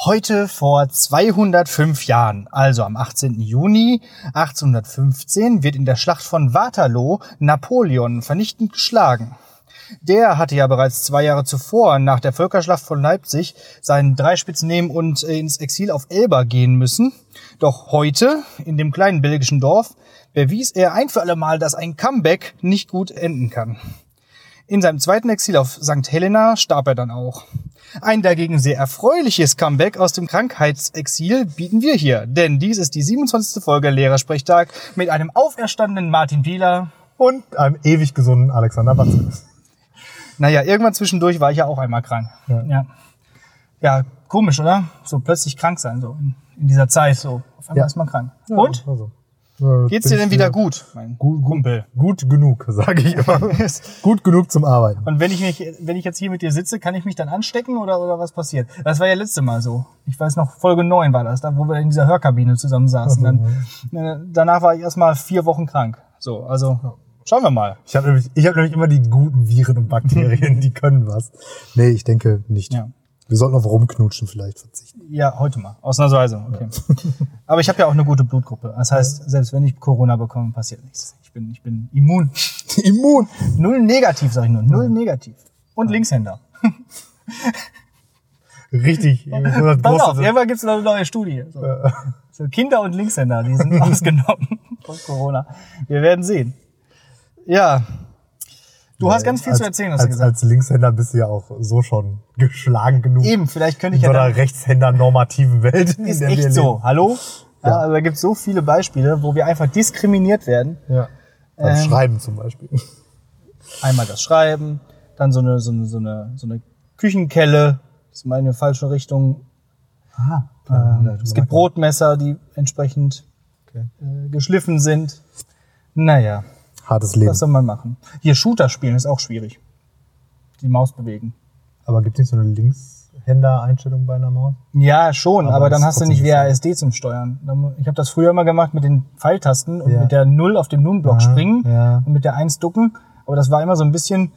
Heute vor 205 Jahren, also am 18. Juni 1815, wird in der Schlacht von Waterloo Napoleon vernichtend geschlagen. Der hatte ja bereits 2 Jahre zuvor nach der Völkerschlacht von Leipzig seinen Dreispitz nehmen und ins Exil auf Elba gehen müssen. Doch heute, in dem kleinen belgischen Dorf, bewies er ein für alle Mal, dass ein Comeback nicht gut enden kann. In seinem zweiten Exil auf St. Helena starb er dann auch. Ein dagegen sehr erfreuliches Comeback aus dem Krankheitsexil bieten wir hier, denn dies ist die 27. Folge Lehrersprechtag mit einem auferstandenen Martin Pieler und einem ewig gesunden Alexander Batzke. Naja, irgendwann zwischendurch war ich ja auch einmal krank. Ja, komisch, oder? So plötzlich krank sein, so in dieser Zeit, so. Auf einmal ist man krank. Ja, und? Also. Geht's dir denn wieder gut, mein Kumpel? Gut genug, sage ich immer. Gut genug zum Arbeiten. Und wenn ich jetzt hier mit dir sitze, kann ich mich dann anstecken oder was passiert? Das war ja letzte Mal so. Ich weiß noch, Folge 9 war das, da wo wir in dieser Hörkabine zusammen saßen. Danach war ich erstmal 4 Wochen krank. So, also schauen wir mal. Ich hab nämlich immer die guten Viren und Bakterien, die können was. Nee, ich denke nicht. Ja. Wir sollten auf Rumknutschen vielleicht verzichten. Ja, heute mal. Ausnahmsweise. Okay. Ja. Aber ich habe ja auch eine gute Blutgruppe. Das heißt, selbst wenn ich Corona bekomme, passiert nichts. Ich bin immun. Immun? Null negativ, sag ich nur. Null negativ. Und Linkshänder. Richtig. Pass auf, irgendwann gibt's eine neue Studie. So Kinder und Linkshänder, die sind ausgenommen von Corona. Wir werden sehen. Ja. Du hast ganz viel zu erzählen, hast du gesagt. Als Linkshänder bist du ja auch so schon geschlagen genug. Eben, vielleicht könnte ich in so einer rechtshänder-normativen Welt. Ist echt so. Hallo? Ja, also da gibt es so viele Beispiele, wo wir einfach diskriminiert werden. Ja. Beim Schreiben zum Beispiel. Einmal das Schreiben, dann so eine Küchenkelle, das ist mal in eine falsche Richtung. Es gibt Brotmesser, die entsprechend geschliffen sind. Naja. Hartes Leben. Was soll man machen? Hier Shooter spielen ist auch schwierig. Die Maus bewegen. Aber gibt es nicht so eine Linkshänder-Einstellung bei einer Maus? Ja, schon, aber dann hast du nicht WASD zum Steuern. Ich habe das früher immer gemacht mit den Pfeiltasten und mit der 0 auf dem Nun-Block springen und mit der 1 ducken. Aber das war immer so ein bisschen,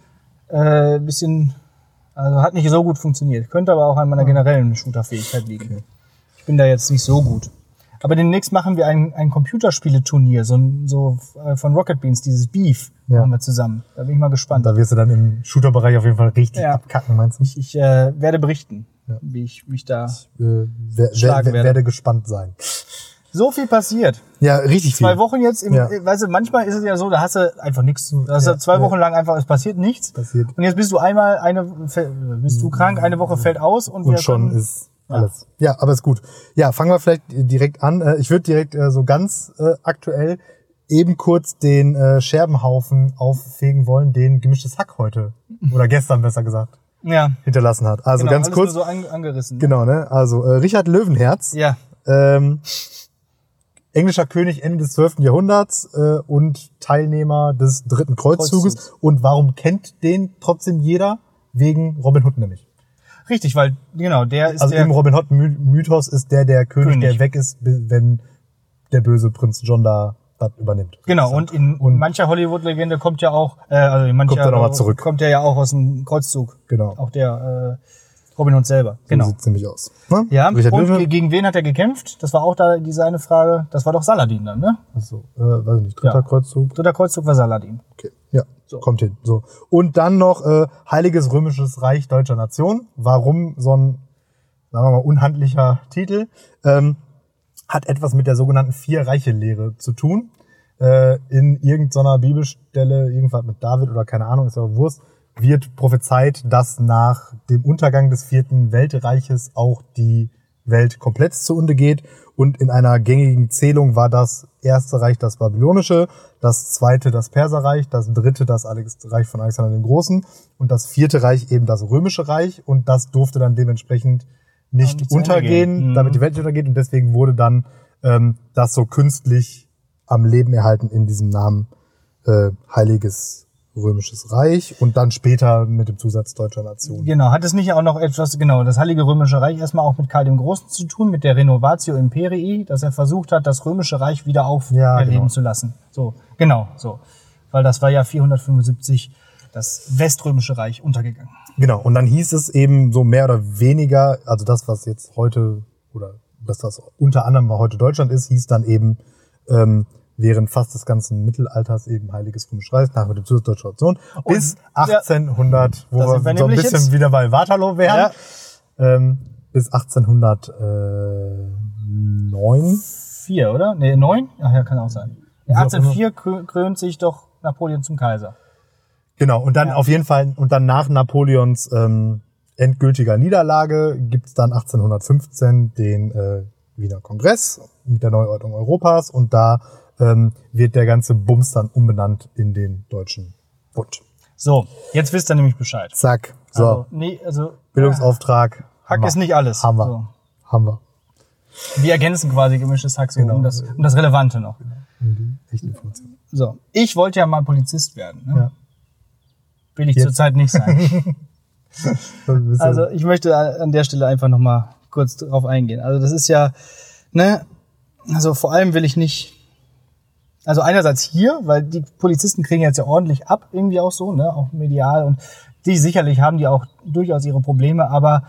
also hat nicht so gut funktioniert. Könnte aber auch an meiner generellen Shooter-Fähigkeit liegen. Okay. Ich bin da jetzt nicht so gut. Aber demnächst machen wir ein Computerspieleturnier, so von Rocket Beans, dieses Beef, machen wir zusammen. Da bin ich mal gespannt. Da wirst du dann im Shooter-Bereich auf jeden Fall richtig abkacken, meinst du? Ich werde berichten, wie ich mich da schlagen werde. Werde gespannt sein. So viel passiert. Ja, richtig viel. 2 Wochen jetzt, weißt du, manchmal ist es ja so, da hast du einfach nichts. Da hast du 2 Wochen lang einfach, es passiert nichts. Und jetzt bist du bist du krank, eine Woche fällt aus und schon ist alles. Ja, aber ist gut. Ja, fangen wir vielleicht direkt an. Ich würde direkt so ganz aktuell eben kurz den Scherbenhaufen auffegen wollen, den Gemischtes Hack heute, oder gestern besser gesagt, hinterlassen hat. Also genau, ganz kurz. Nur so angerissen. Ne? Genau, ne? Also Richard Löwenherz. Ja. Englischer König Ende des 12. Jahrhunderts und Teilnehmer des 3. Kreuzzuges. Und warum kennt den trotzdem jeder? Wegen Robin Hood nämlich. Richtig, weil, genau, der ist also im Robin Hood Mythos ist der König, der weg ist, wenn der böse Prinz John da das übernimmt. Genau, und in mancher Hollywood-Legende kommt ja auch, kommt der ja auch aus dem Kreuzzug. Genau. Auch der Robin Hood selber. Genau. So sieht ziemlich aus. Ne? Ja, und gegen wen hat er gekämpft? Das war auch da diese eine Frage. Das war doch Saladin dann, ne? Achso, weiß ich nicht. Dritter Kreuzzug? Dritter Kreuzzug war Saladin. Okay, ja. So. Kommt hin. So. Und dann noch Heiliges Römisches Reich Deutscher Nation. Warum so ein, sagen wir mal, unhandlicher Titel? Hat etwas mit der sogenannten 4-Reiche-Lehre zu tun. In irgendeiner Bibelstelle, irgendwas mit David oder keine Ahnung, ist aber Wurst, wird prophezeit, dass nach dem Untergang des 4. Weltreiches auch die Welt komplett zugrunde geht. Und in einer gängigen Zählung war das 1. Reich das Babylonische, das 2. das Perserreich, das 3. das Reich von Alexander dem Großen und das 4. Reich eben das Römische Reich. Und das durfte dann dementsprechend nicht untergehen, damit die Welt nicht untergeht. Und deswegen wurde dann das so künstlich am Leben erhalten in diesem Namen Heiliges Römisches Reich und dann später mit dem Zusatz Deutscher Nation. Genau, hat es nicht auch noch etwas, das Heilige Römische Reich erstmal auch mit Karl dem Großen zu tun, mit der Renovatio Imperii, dass er versucht hat, das Römische Reich wieder auferleben zu lassen. So, genau, so. Weil das war ja 475 das Weströmische Reich untergegangen. Genau, und dann hieß es eben so mehr oder weniger, also das, was jetzt heute, oder das, was unter anderem mal heute Deutschland ist, hieß dann eben während fast des ganzen Mittelalters eben Heiliges Römisches Reich, nach mit dem Zusatz Deutscher Nation, bis 1800, wo wir so ein bisschen jetzt wieder bei Waterloo wären, bis 1809. 4, oder? Nee, 9? Ach ja, kann auch sein. 1804 krönt sich doch Napoleon zum Kaiser. Genau, und dann auf jeden Fall, und dann nach Napoleons endgültiger Niederlage gibt's dann 1815 den Wiener Kongress mit der Neuordnung Europas und da wird der ganze Bums dann umbenannt in den Deutschen Bund. So, jetzt wisst ihr nämlich Bescheid. Zack, so. Bildungsauftrag. Hack ist nicht alles. Haben wir. So. Haben wir. Wir ergänzen quasi gemischtes Hack so um das Relevante noch. Echte Information. So, ich wollte ja mal Polizist werden. Ne? Ja. Will ich zurzeit nicht sein. Also ich möchte an der Stelle einfach nochmal kurz drauf eingehen. Also das ist ja, ne, also vor allem will ich nicht, also einerseits hier, weil die Polizisten kriegen jetzt ja ordentlich ab, irgendwie auch so, ne, auch medial und die sicherlich haben die auch durchaus ihre Probleme, aber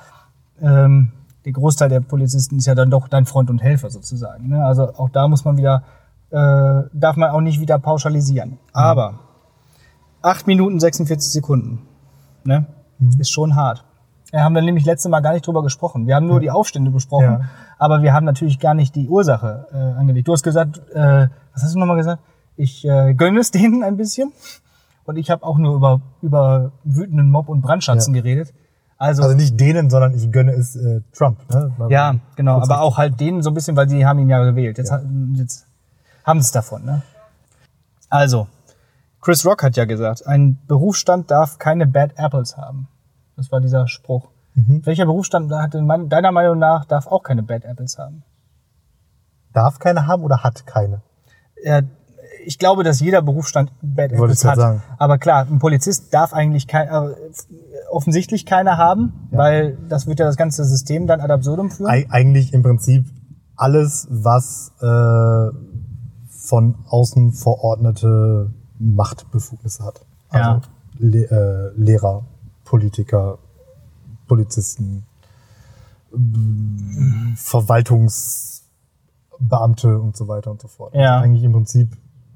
der Großteil der Polizisten ist ja dann doch dein Freund und Helfer sozusagen. Ne? Also auch da muss man wieder, darf man auch nicht wieder pauschalisieren. Aber 8 Minuten 46 Sekunden, ne, ist schon hart. Wir haben dann nämlich letztes Mal gar nicht drüber gesprochen. Wir haben nur die Aufstände besprochen, aber wir haben natürlich gar nicht die Ursache angelegt. Du hast gesagt, was hast du nochmal gesagt? Ich gönne es denen ein bisschen. Und ich habe auch nur über wütenden Mob und Brandschatzen geredet. Also nicht denen, sondern ich gönne es Trump. Ne? Ja, genau. Aber auch halt denen so ein bisschen, weil die haben ihn ja gewählt. Jetzt haben sie es davon. Ne? Also, Chris Rock hat ja gesagt, ein Berufsstand darf keine Bad Apples haben. Das war dieser Spruch. Welcher Berufsstand deiner Meinung nach darf auch keine Bad Apples haben? Darf keine haben oder hat keine? Ja, ich glaube, dass jeder Berufsstand Bad Apples hat. Sagen. Aber klar, ein Polizist darf eigentlich offensichtlich keine haben, weil das wird ja das ganze System dann ad absurdum führen. Eigentlich im Prinzip alles, was von außen verordnete Machtbefugnisse hat. Also Lehrer, Politiker, Polizisten, Verwaltungsbeamte und so weiter und so fort. Ja. Also eigentlich im Prinzip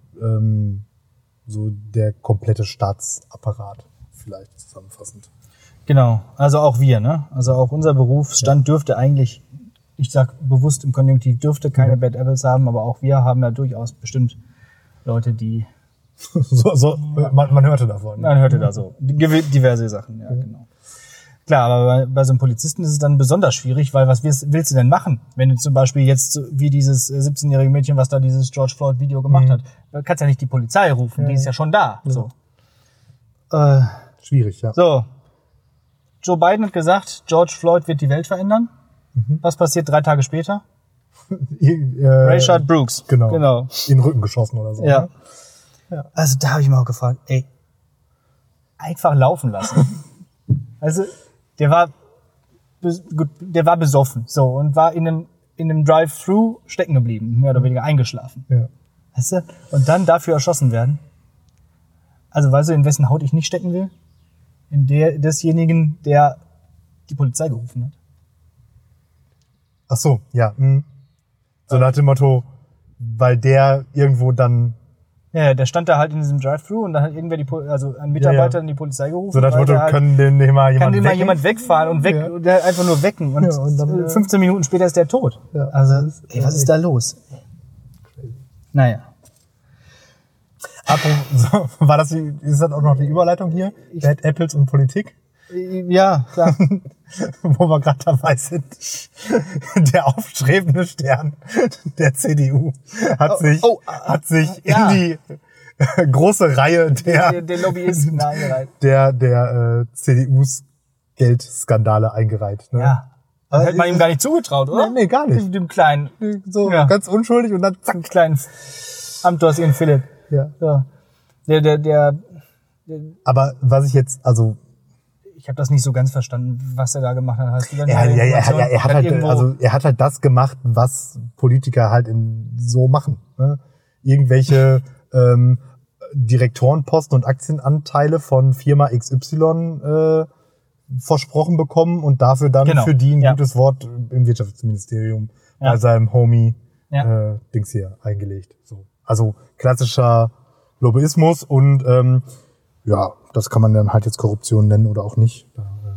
so der komplette Staatsapparat vielleicht zusammenfassend. Genau, also auch wir, ne? Also auch unser Berufsstand dürfte eigentlich, ich sag bewusst im Konjunktiv, dürfte keine Bad Apples haben, aber auch wir haben ja durchaus bestimmt Leute, die... Man hörte davon. Man hörte da so diverse Sachen, ja, genau. Klar, aber bei so einem Polizisten ist es dann besonders schwierig, weil was willst du denn machen? Wenn du zum Beispiel jetzt, wie dieses 17-jährige Mädchen, was da dieses George Floyd-Video gemacht hat, du kannst ja nicht die Polizei rufen, die ist ja schon da. Ja. So. Schwierig, ja. So, Joe Biden hat gesagt, George Floyd wird die Welt verändern. Was passiert 3 Tage später? Rayshard Brooks. Genau. In den Rücken geschossen oder so. Ja. Ne? Ja. Also da habe ich mir auch gefragt, ey, einfach laufen lassen. Also der war besoffen, so, und war in einem Drive-Thru stecken geblieben, mehr oder weniger eingeschlafen. Ja. Weißt du? Und dann dafür erschossen werden. Also weißt du, in wessen Haut ich nicht stecken will? In desjenigen, der die Polizei gerufen hat. Ach so, ja. So nach dem Motto, weil der irgendwo dann... Ja, der stand da halt in diesem Drive-Thru und dann hat irgendwer ein Mitarbeiter in die Polizei gerufen. So nach dem Motto, halt, kann den mal jemand wegfahren und der einfach nur wecken. Und dann, 15 Minuten später ist der tot. Ja. Also, was ist da los? Naja. Ist das auch noch die Überleitung hier? Bad Apples und Politik? Ja, klar. Wo wir gerade dabei sind. Der aufstrebende Stern der CDU hat sich in die große Reihe der Lobbyisten eingereiht. Der CDUs Geldskandale eingereiht. Ne? Ja. Aber hätte man ihm gar nicht zugetraut, oder? Nee, gar nicht. Dem kleinen. So ganz unschuldig und dann zack. Dem kleinen Amthors ihren Philipp. Ja. Der aber was ich jetzt, also ich habe das nicht so ganz verstanden, was er da gemacht hat. Hast du dann er hat halt das gemacht, was Politiker halt so machen. Ne? Irgendwelche Direktorenposten und Aktienanteile von Firma XY versprochen bekommen und dafür dann für die ein gutes Wort im Wirtschaftsministerium bei seinem Homie Dings hier eingelegt. So. Also klassischer Lobbyismus und das kann man dann halt jetzt Korruption nennen oder auch nicht.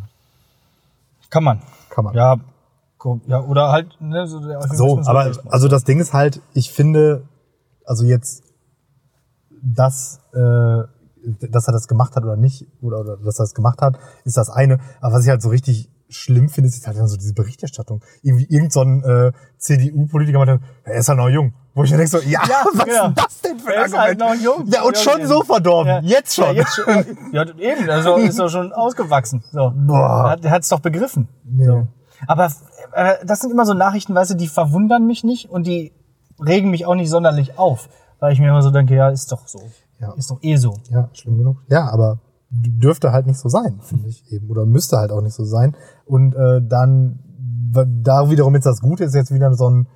Kann man. Ja, oder halt so, aber also das Ding ist halt, ich finde, also jetzt dass er das gemacht hat oder nicht, oder dass er das gemacht hat, ist das eine. Aber was ich halt so richtig schlimm finde, ist halt dann so diese Berichterstattung. Irgendwie irgend so ein CDU-Politiker meinte, er ist halt noch jung. Wo ich mir denke so, was ist denn das denn für ein Argument? Halt noch jung. Ja, und schon so verdorben. Ja. Jetzt schon. Ja, eben, also ist doch schon ausgewachsen. So. Boah. Er hat es doch begriffen. Nee. So. Aber das sind immer so Nachrichten, weißt du, die verwundern mich nicht und die regen mich auch nicht sonderlich auf. Weil ich mir immer so denke, ja, ist doch so. Ja. Ist doch so. Ja, schlimm genug. Ja, aber dürfte halt nicht so sein, finde ich eben. Oder müsste halt auch nicht so sein. Und dann, da wiederum jetzt das Gute ist jetzt wieder so ein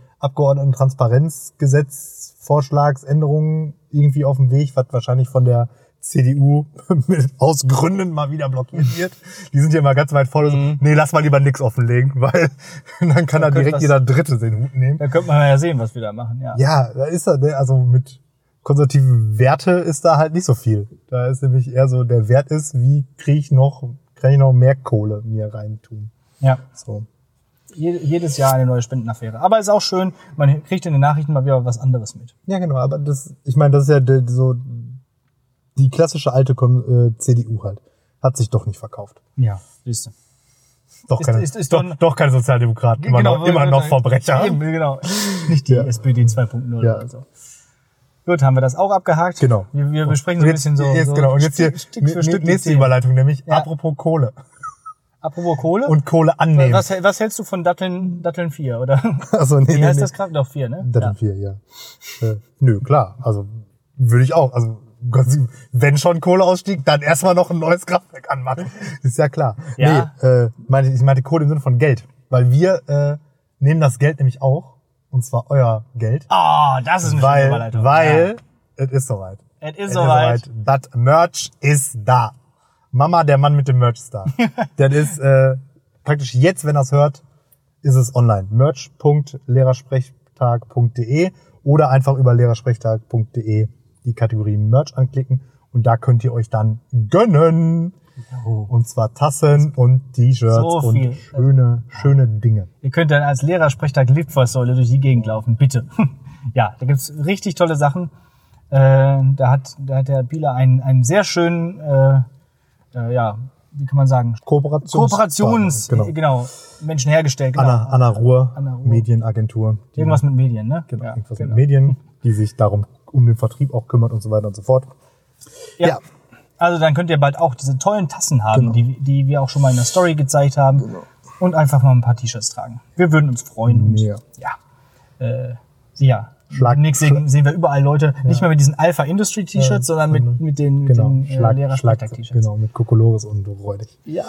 Abgeordneten-Transparenzgesetz, Vorschlagsänderungen irgendwie auf dem Weg, was wahrscheinlich von der CDU aus Gründen mal wieder blockiert wird. Die sind ja immer ganz weit vorne. So, nee, lass mal lieber nix offenlegen, weil dann kann da direkt jeder Dritte den Hut nehmen. Da könnte man ja sehen, was wir da machen. Ja, da ist also mit konservativen Werte ist da halt nicht so viel. Da ist nämlich eher so, der Wert ist, wie kann ich noch mehr Kohle mir reintun. Ja. So. Jedes Jahr eine neue Spendenaffäre. Aber ist auch schön, man kriegt in den Nachrichten mal wieder was anderes mit. Ja, genau, aber das ist ja so die klassische alte CDU halt. Hat sich doch nicht verkauft. Ja, siehst du. Doch keine Sozialdemokraten, immer noch Verbrecher. Eben, genau. Nicht die SPD 2.0 oder so. Gut, haben wir das auch abgehakt. Genau. Wir besprechen so ein bisschen so. Genau. Und jetzt hier Stück für Stück nächste Überleitung, nämlich apropos Kohle. Apropos Kohle? Und Kohle annehmen. Was hältst du von Datteln 4, oder? Also, nee, Wie heißt das gerade? Doch 4, ne? Datteln 4, ja. Nö, klar. Also, würde ich auch. Also, wenn schon Kohleausstieg, dann erstmal noch ein neues Kraftwerk anmachen. Ist ja klar. Ja. Nee, ich meinte Kohle im Sinne von Geld. Weil wir nehmen das Geld nämlich auch. Und zwar euer Geld. Das ist eine schöne Überleitung. Weil es ist soweit. Es ist soweit. Das Merch ist da. Mama, der Mann mit dem Merch ist da. Das ist praktisch jetzt, wenn er es hört, ist es online. merch.lehrersprechtag.de oder einfach über lehrersprechtag.de die Kategorie Merch anklicken und da könnt ihr euch dann gönnen. Und zwar Tassen und T-Shirts und schöne Dinge. Ihr könnt dann als Lehrersprechtag Litfaßsäule durch die Gegend laufen, bitte. Ja, da gibt's richtig tolle Sachen. Da hat der Bieler einen sehr schönen, wie kann man sagen? Genau, Menschen hergestellt. Genau. Anna Ruhr, Medienagentur. Irgendwas mit Medien, ne? Genau, irgendwas mit Medien, die sich um den Vertrieb auch kümmert und so weiter und so fort. Ja. Also dann könnt ihr bald auch diese tollen Tassen haben, die wir auch schon mal in der Story gezeigt haben. Genau. Und einfach mal ein paar T-Shirts tragen. Wir würden uns freuen. Demnächst sehen wir überall Leute, nicht mehr mit diesen Alpha Industry T-Shirts, sondern mit den Lehrersprechtag-T-Shirts. Genau, mit Kokolores und räudig. Ja.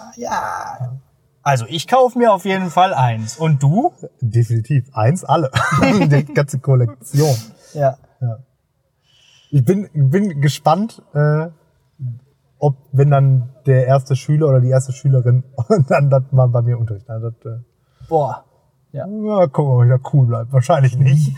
Also ich kaufe mir auf jeden Fall eins. Und du? Definitiv. Eins, alle. Die ganze Kollektion. Ja. Ich bin gespannt, ob, wenn dann der erste Schüler oder die erste Schülerin dann das mal bei mir Unterricht hat. Boah. Ja, gucken, ob ich da cool bleibt. Wahrscheinlich nicht.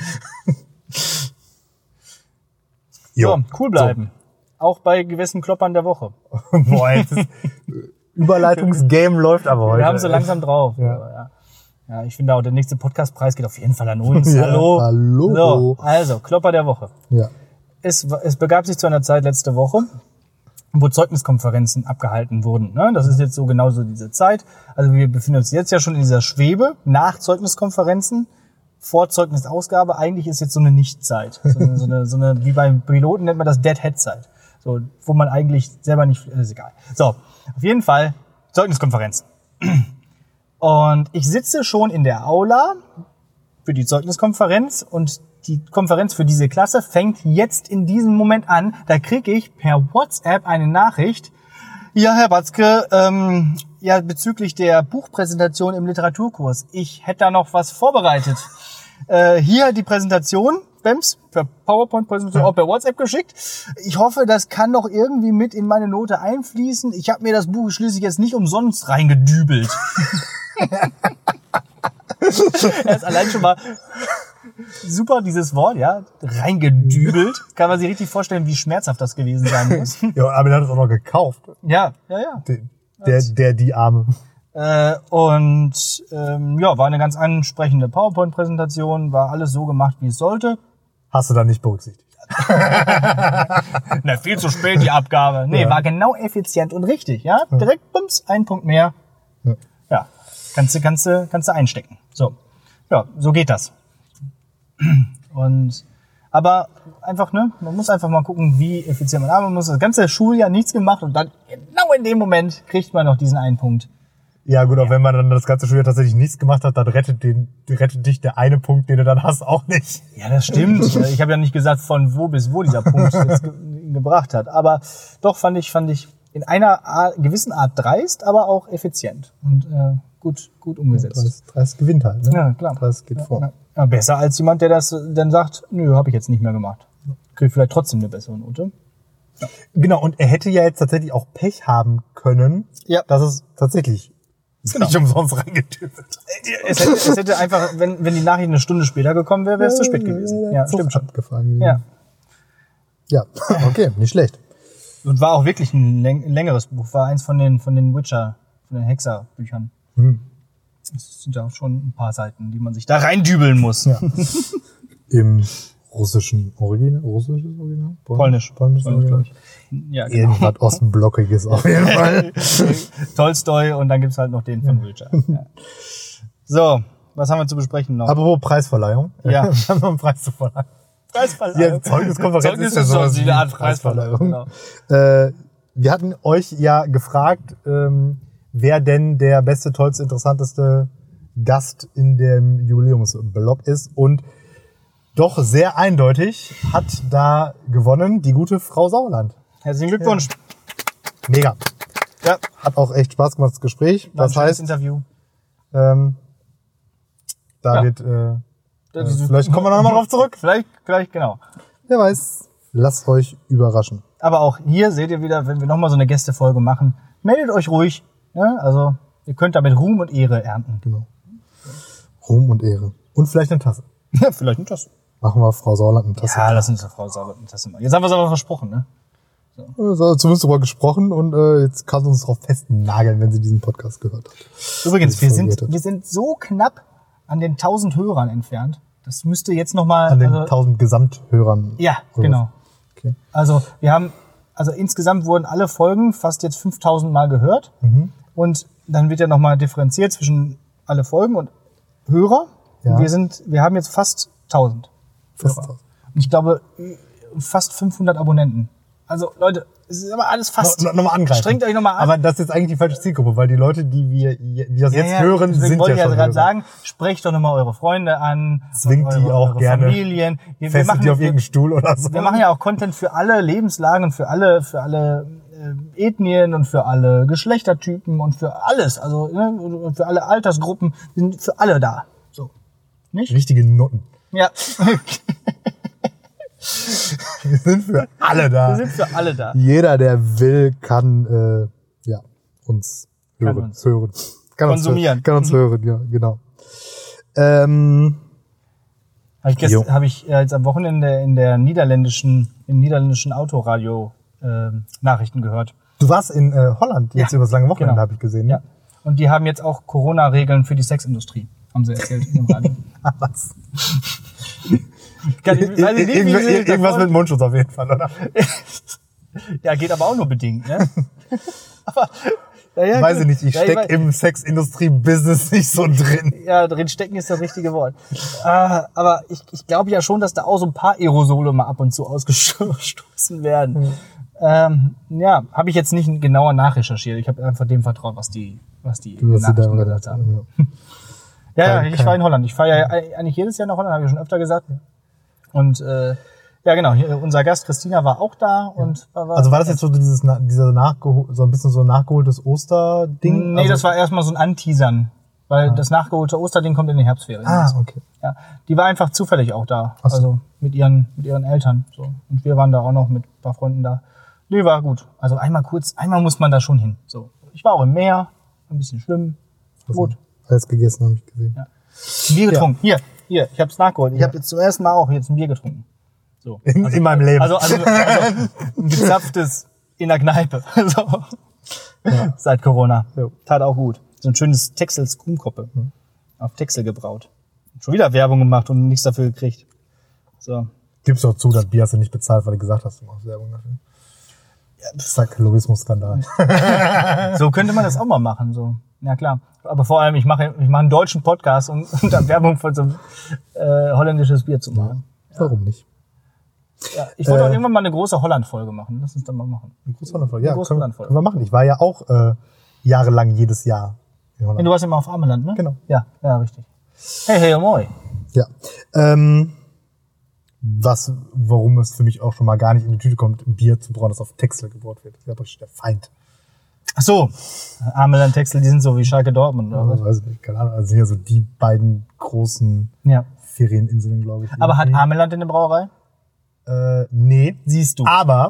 So, cool bleiben. So. Auch bei gewissen Kloppern der Woche. Boah, jetzt ist Überleitungsgame läuft aber heute. Wir haben so langsam drauf. Ja, ich finde auch, der nächste Podcastpreis geht auf jeden Fall an uns. Hallo. So, also, Klopper der Woche. Ja. Es begab sich zu einer Zeit letzte Woche, wo Zeugniskonferenzen abgehalten wurden. Das ist jetzt so genauso diese Zeit. Also wir befinden uns jetzt ja schon in dieser Schwebe nach Zeugniskonferenzen, vor Zeugnisausgabe. Eigentlich ist jetzt so eine Nichtzeit. So eine, wie beim Piloten nennt man das Dead-Head-Zeit. So, wo man eigentlich selber nicht, ist egal. So, auf jeden Fall Zeugniskonferenzen. Und ich sitze schon in der Aula für die Zeugniskonferenz und die Konferenz für diese Klasse fängt jetzt in diesem Moment an. Da kriege ich per WhatsApp eine Nachricht. Ja, Herr Batzke, bezüglich der Buchpräsentation im Literaturkurs. Ich hätte da noch was vorbereitet. Hier die Präsentation. Spams per PowerPoint-Präsentation auch per WhatsApp geschickt. Ich hoffe, das kann noch irgendwie mit in meine Note einfließen. Ich habe mir das Buch schließlich jetzt nicht umsonst reingedübelt. Er ist allein schon mal super, dieses Wort, ja, reingedübelt. Kann man sich richtig vorstellen, wie schmerzhaft das gewesen sein muss. Ja, aber er hat es auch noch gekauft. Ja. Die Arme. Ja, war eine ganz ansprechende PowerPoint-Präsentation, war alles so gemacht, wie es sollte. Hast du da nicht berücksichtigt? Na, viel zu spät die Abgabe. Nee, war genau effizient und richtig, ja. Direkt, bums, ein Punkt mehr. Ja, kannst du einstecken. So. Ja, so geht das. Aber einfach, ne, man muss einfach mal gucken, wie effizient man arbeiten muss. Das ganze Schuljahr nichts gemacht und dann genau in dem Moment kriegt man noch diesen einen Punkt. Ja gut, auch wenn man dann das ganze Schuljahr tatsächlich nichts gemacht hat, dann rettet dich der eine Punkt, den du dann hast, auch nicht. Ja, das stimmt. Ich habe ja nicht gesagt, von wo bis wo dieser Punkt jetzt gebracht hat. Aber doch fand ich in einer gewissen Art dreist, aber auch effizient und gut umgesetzt. Dreist gewinnt halt, ne? Ja, klar. Dreist geht vor. Ja, besser als jemand, der das dann sagt, nö, habe ich jetzt nicht mehr gemacht. Kriegt vielleicht trotzdem eine bessere Note. Ja. Genau, und er hätte ja jetzt tatsächlich auch Pech haben können, dass es tatsächlich nicht umsonst reingedübelt. Es hätte einfach, wenn die Nachricht eine Stunde später gekommen wäre, wäre es zu spät gewesen. Ja, stimmt schon. Ja, okay, nicht schlecht. Und war auch wirklich ein längeres Buch. War eins von den Witcher, von den Hexer-Büchern. Das sind ja auch schon ein paar Seiten, die man sich da reindübeln muss. Ja. Im russischen Original? Russisches Original? Polnisch, glaube ich. Ja, genau. Irgendwas Ostblockiges auf jeden Fall. Tolstoi und dann gibt's halt noch den von Witcher. Ja. So, was haben wir zu besprechen noch? Apropos Preisverleihung. Ja. Wir haben noch einen Preis zu verleihen. Preisverleihung. Ja, Zeugniskonferenz ist ja so sowas eine Art Preisverleihung. Genau. Wir hatten euch ja gefragt, wer denn der beste, tollste, interessanteste Gast in dem Jubiläumsblog ist. Und doch sehr eindeutig hat da gewonnen die gute Frau Sauerland. Herzlichen Glückwunsch. Ja. Mega. Ja. Hat auch echt Spaß gemacht, das Gespräch. War Das heißt, Interview. David, vielleicht kommen wir noch mal drauf zurück. Vielleicht, genau. Wer weiß, lasst euch überraschen. Aber auch hier seht ihr wieder, wenn wir nochmal so eine Gästefolge machen, meldet euch ruhig. Ja? Also ihr könnt damit Ruhm und Ehre ernten. Genau. Ruhm und Ehre. Und vielleicht eine Tasse. Ja, vielleicht eine Tasse. Machen wir Frau Sauerland eine Tasse. Ja, lass uns Frau Sauerland eine Tasse machen. Jetzt haben wir es aber versprochen, ne? So. Zumindest darüber gesprochen und jetzt kann sie uns darauf festnageln, wenn sie diesen Podcast gehört hat. Übrigens, wir sind so knapp an den 1000 Hörern entfernt. Das müsste jetzt nochmal... An den 1000 Gesamthörern. Ja, genau. Okay. Also insgesamt wurden alle Folgen fast jetzt 5000 Mal gehört. Und dann wird ja nochmal differenziert zwischen alle Folgen und Hörer. Ja. Und wir haben jetzt fast 1000 Hörer. Und ich glaube, fast 500 Abonnenten. Also Leute, es ist aber alles fast. Nochmal angreifen. Strengt euch nochmal an. Aber das ist jetzt eigentlich die falsche Zielgruppe, weil die Leute, die das jetzt hören, sind ja schon. Wollte ich ja gerade sagen, sprecht doch nochmal eure Freunde an. Zwingt die auch eure gerne. Familien. Fesselt die auf irgendeinen Stuhl oder so. Wir machen ja auch Content für alle Lebenslagen, für alle Ethnien und für alle Geschlechtertypen und für alles. Also für alle Altersgruppen. Wir sind für alle da. So. Nicht? Richtige Nutten. Ja. Wir sind für alle da. Wir sind für alle da. Jeder, der will, kann uns hören. Konsumieren. Kann uns hören, ja, genau. Habe ich jetzt am Wochenende im niederländischen Autoradio Nachrichten gehört. Du warst in Holland jetzt über das lange Wochenende, genau. Habe ich gesehen. Ne? Ja. Und die haben jetzt auch Corona-Regeln für die Sexindustrie, haben sie erzählt im Radio. Was? Irgendwas mit Mundschutz auf jeden Fall, oder? Ja, geht aber auch nur bedingt, ne? Aber, weiß ich nicht, ich stecke im Sexindustrie-Business nicht so drin. Ja, drin stecken ist das richtige Wort. Aber ich glaube ja schon, dass da auch so ein paar Aerosole mal ab und zu ausgestoßen werden. Habe ich jetzt nicht genauer nachrecherchiert. Ich habe einfach dem vertraut, was die Nachrichten gesagt haben. Ja, ich war in Holland. Ich fahre ja eigentlich jedes Jahr nach Holland, habe ich schon öfter gesagt. Und genau, hier, unser Gast Christina war auch da. Und also war das jetzt so so ein bisschen so ein nachgeholtes Osterding? Nee, das war erstmal so ein Anteasern. Weil das nachgeholte Osterding kommt in die Herbstferien. Okay. Ja. Die war einfach zufällig auch da. Ach so. Also mit ihren Eltern. So. Und wir waren da auch noch mit ein paar Freunden da. Nee, war gut. Also einmal muss man da schon hin. So. Ich war auch im Meer, ein bisschen schwimmen. Gut. Alles gegessen, habe ich gesehen. Ja. Bier getrunken. Hier, ich hab's nachgeholt. Ich habe jetzt zum ersten Mal auch jetzt ein Bier getrunken. So. In meinem Leben. Also ein gezapftes in der Kneipe. So. Ja. Seit Corona. Ja. Tat auch gut. So ein schönes Texel Skumkoppe. Auf Texel gebraut. Schon wieder Werbung gemacht und nichts dafür gekriegt. So. Gibst doch zu, das Bier hast du nicht bezahlt, weil du gesagt hast, du machst Werbung dafür. Ja, Zack, Lobbyismus-Skandal. So könnte man das auch mal machen. So. Ja klar. Aber vor allem, ich mache einen deutschen Podcast, um dann Werbung für so ein holländisches Bier zu machen. Ja. Warum nicht? Ja, ich wollte auch irgendwann mal eine große Holland-Folge machen. Lass uns dann mal machen. Eine große Holland-Folge? Ja, große können Holland-Folge. wir machen. Ich war ja auch jahrelang jedes Jahr in Holland. Ja, du warst immer auf Ameland, ne? Genau. Ja, richtig. Hey, moi. Ja. Warum es für mich auch schon mal gar nicht in die Tüte kommt, ein Bier zu brauen, das auf Texel gebraut wird. Das ist ja praktisch der Feind. Ach so. Ameland, Texel, die sind so wie Schalke Dortmund, oder was? Weiß ich nicht, keine Ahnung. Also sind ja so die beiden großen Ferieninseln, glaube ich. Aber hat Ameland eine Brauerei? Nee. Siehst du. Aber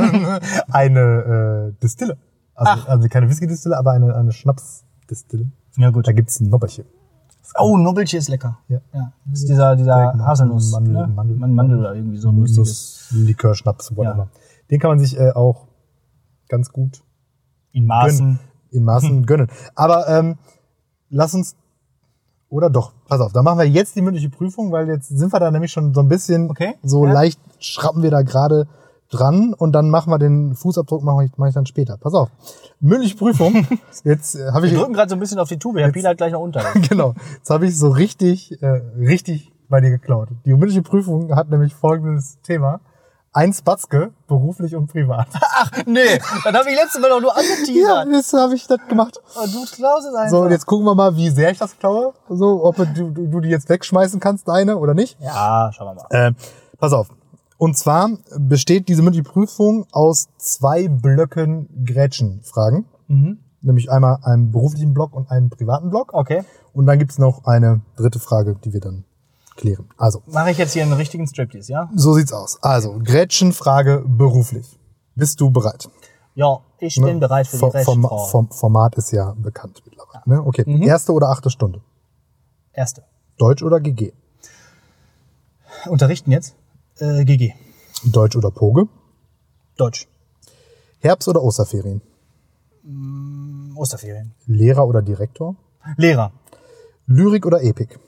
eine Distille. Also keine Whisky-Distille, aber eine Schnapsdistille. Ja, gut. Da gibt's ein Nobberchen. Oh, Nobelche ist lecker. Ja. Das ist dieser Haselnuss. Mandel oder irgendwie so ein lustiges. Likör, Schnaps, whatever. Ja. Den kann man sich auch ganz gut in Maßen gönnen. Aber lass uns, oder doch, pass auf, da machen wir jetzt die mündliche Prüfung, weil jetzt sind wir da nämlich schon so ein bisschen, leicht schrappen wir da gerade dran und dann machen wir den Fußabdruck, mache ich dann später. Pass auf. Mündliche Prüfung. Jetzt habe ich. Wir drücken gerade so ein bisschen auf die Tube. Herr Piel hat gleich noch unter. Genau. Jetzt habe ich so richtig bei dir geklaut. Die mündliche Prüfung hat nämlich folgendes Thema. 1 Batzke, beruflich und privat. Ach, nee. Dann habe ich letztes Mal doch nur angeteasert. Ja, jetzt habe ich das gemacht. Oh, du klaust es einfach. So, und jetzt gucken wir mal, wie sehr ich das klaue. So, ob du die jetzt wegschmeißen kannst, deine, oder nicht. Ja, schauen wir mal. Pass auf. Und zwar besteht diese mündliche Prüfung aus 2 Blöcken Gretchenfragen. Nämlich einmal einem beruflichen Block und einem privaten Block. Okay. Und dann gibt's noch eine dritte Frage, die wir dann klären. Also. Mache ich jetzt hier einen richtigen Striptease, ja? So sieht's aus. Also, Gretchenfrage beruflich. Bist du bereit? Ja, ich bin bereit für die Gretchenfrage. Format ist ja bekannt mittlerweile. Ne? Okay. 1. oder 8. Stunde? 1. Deutsch oder GG? Unterrichten jetzt? GG. Deutsch oder Poge? Deutsch. Herbst- oder Osterferien? Osterferien. Lehrer oder Direktor? Lehrer. Lyrik oder Epik?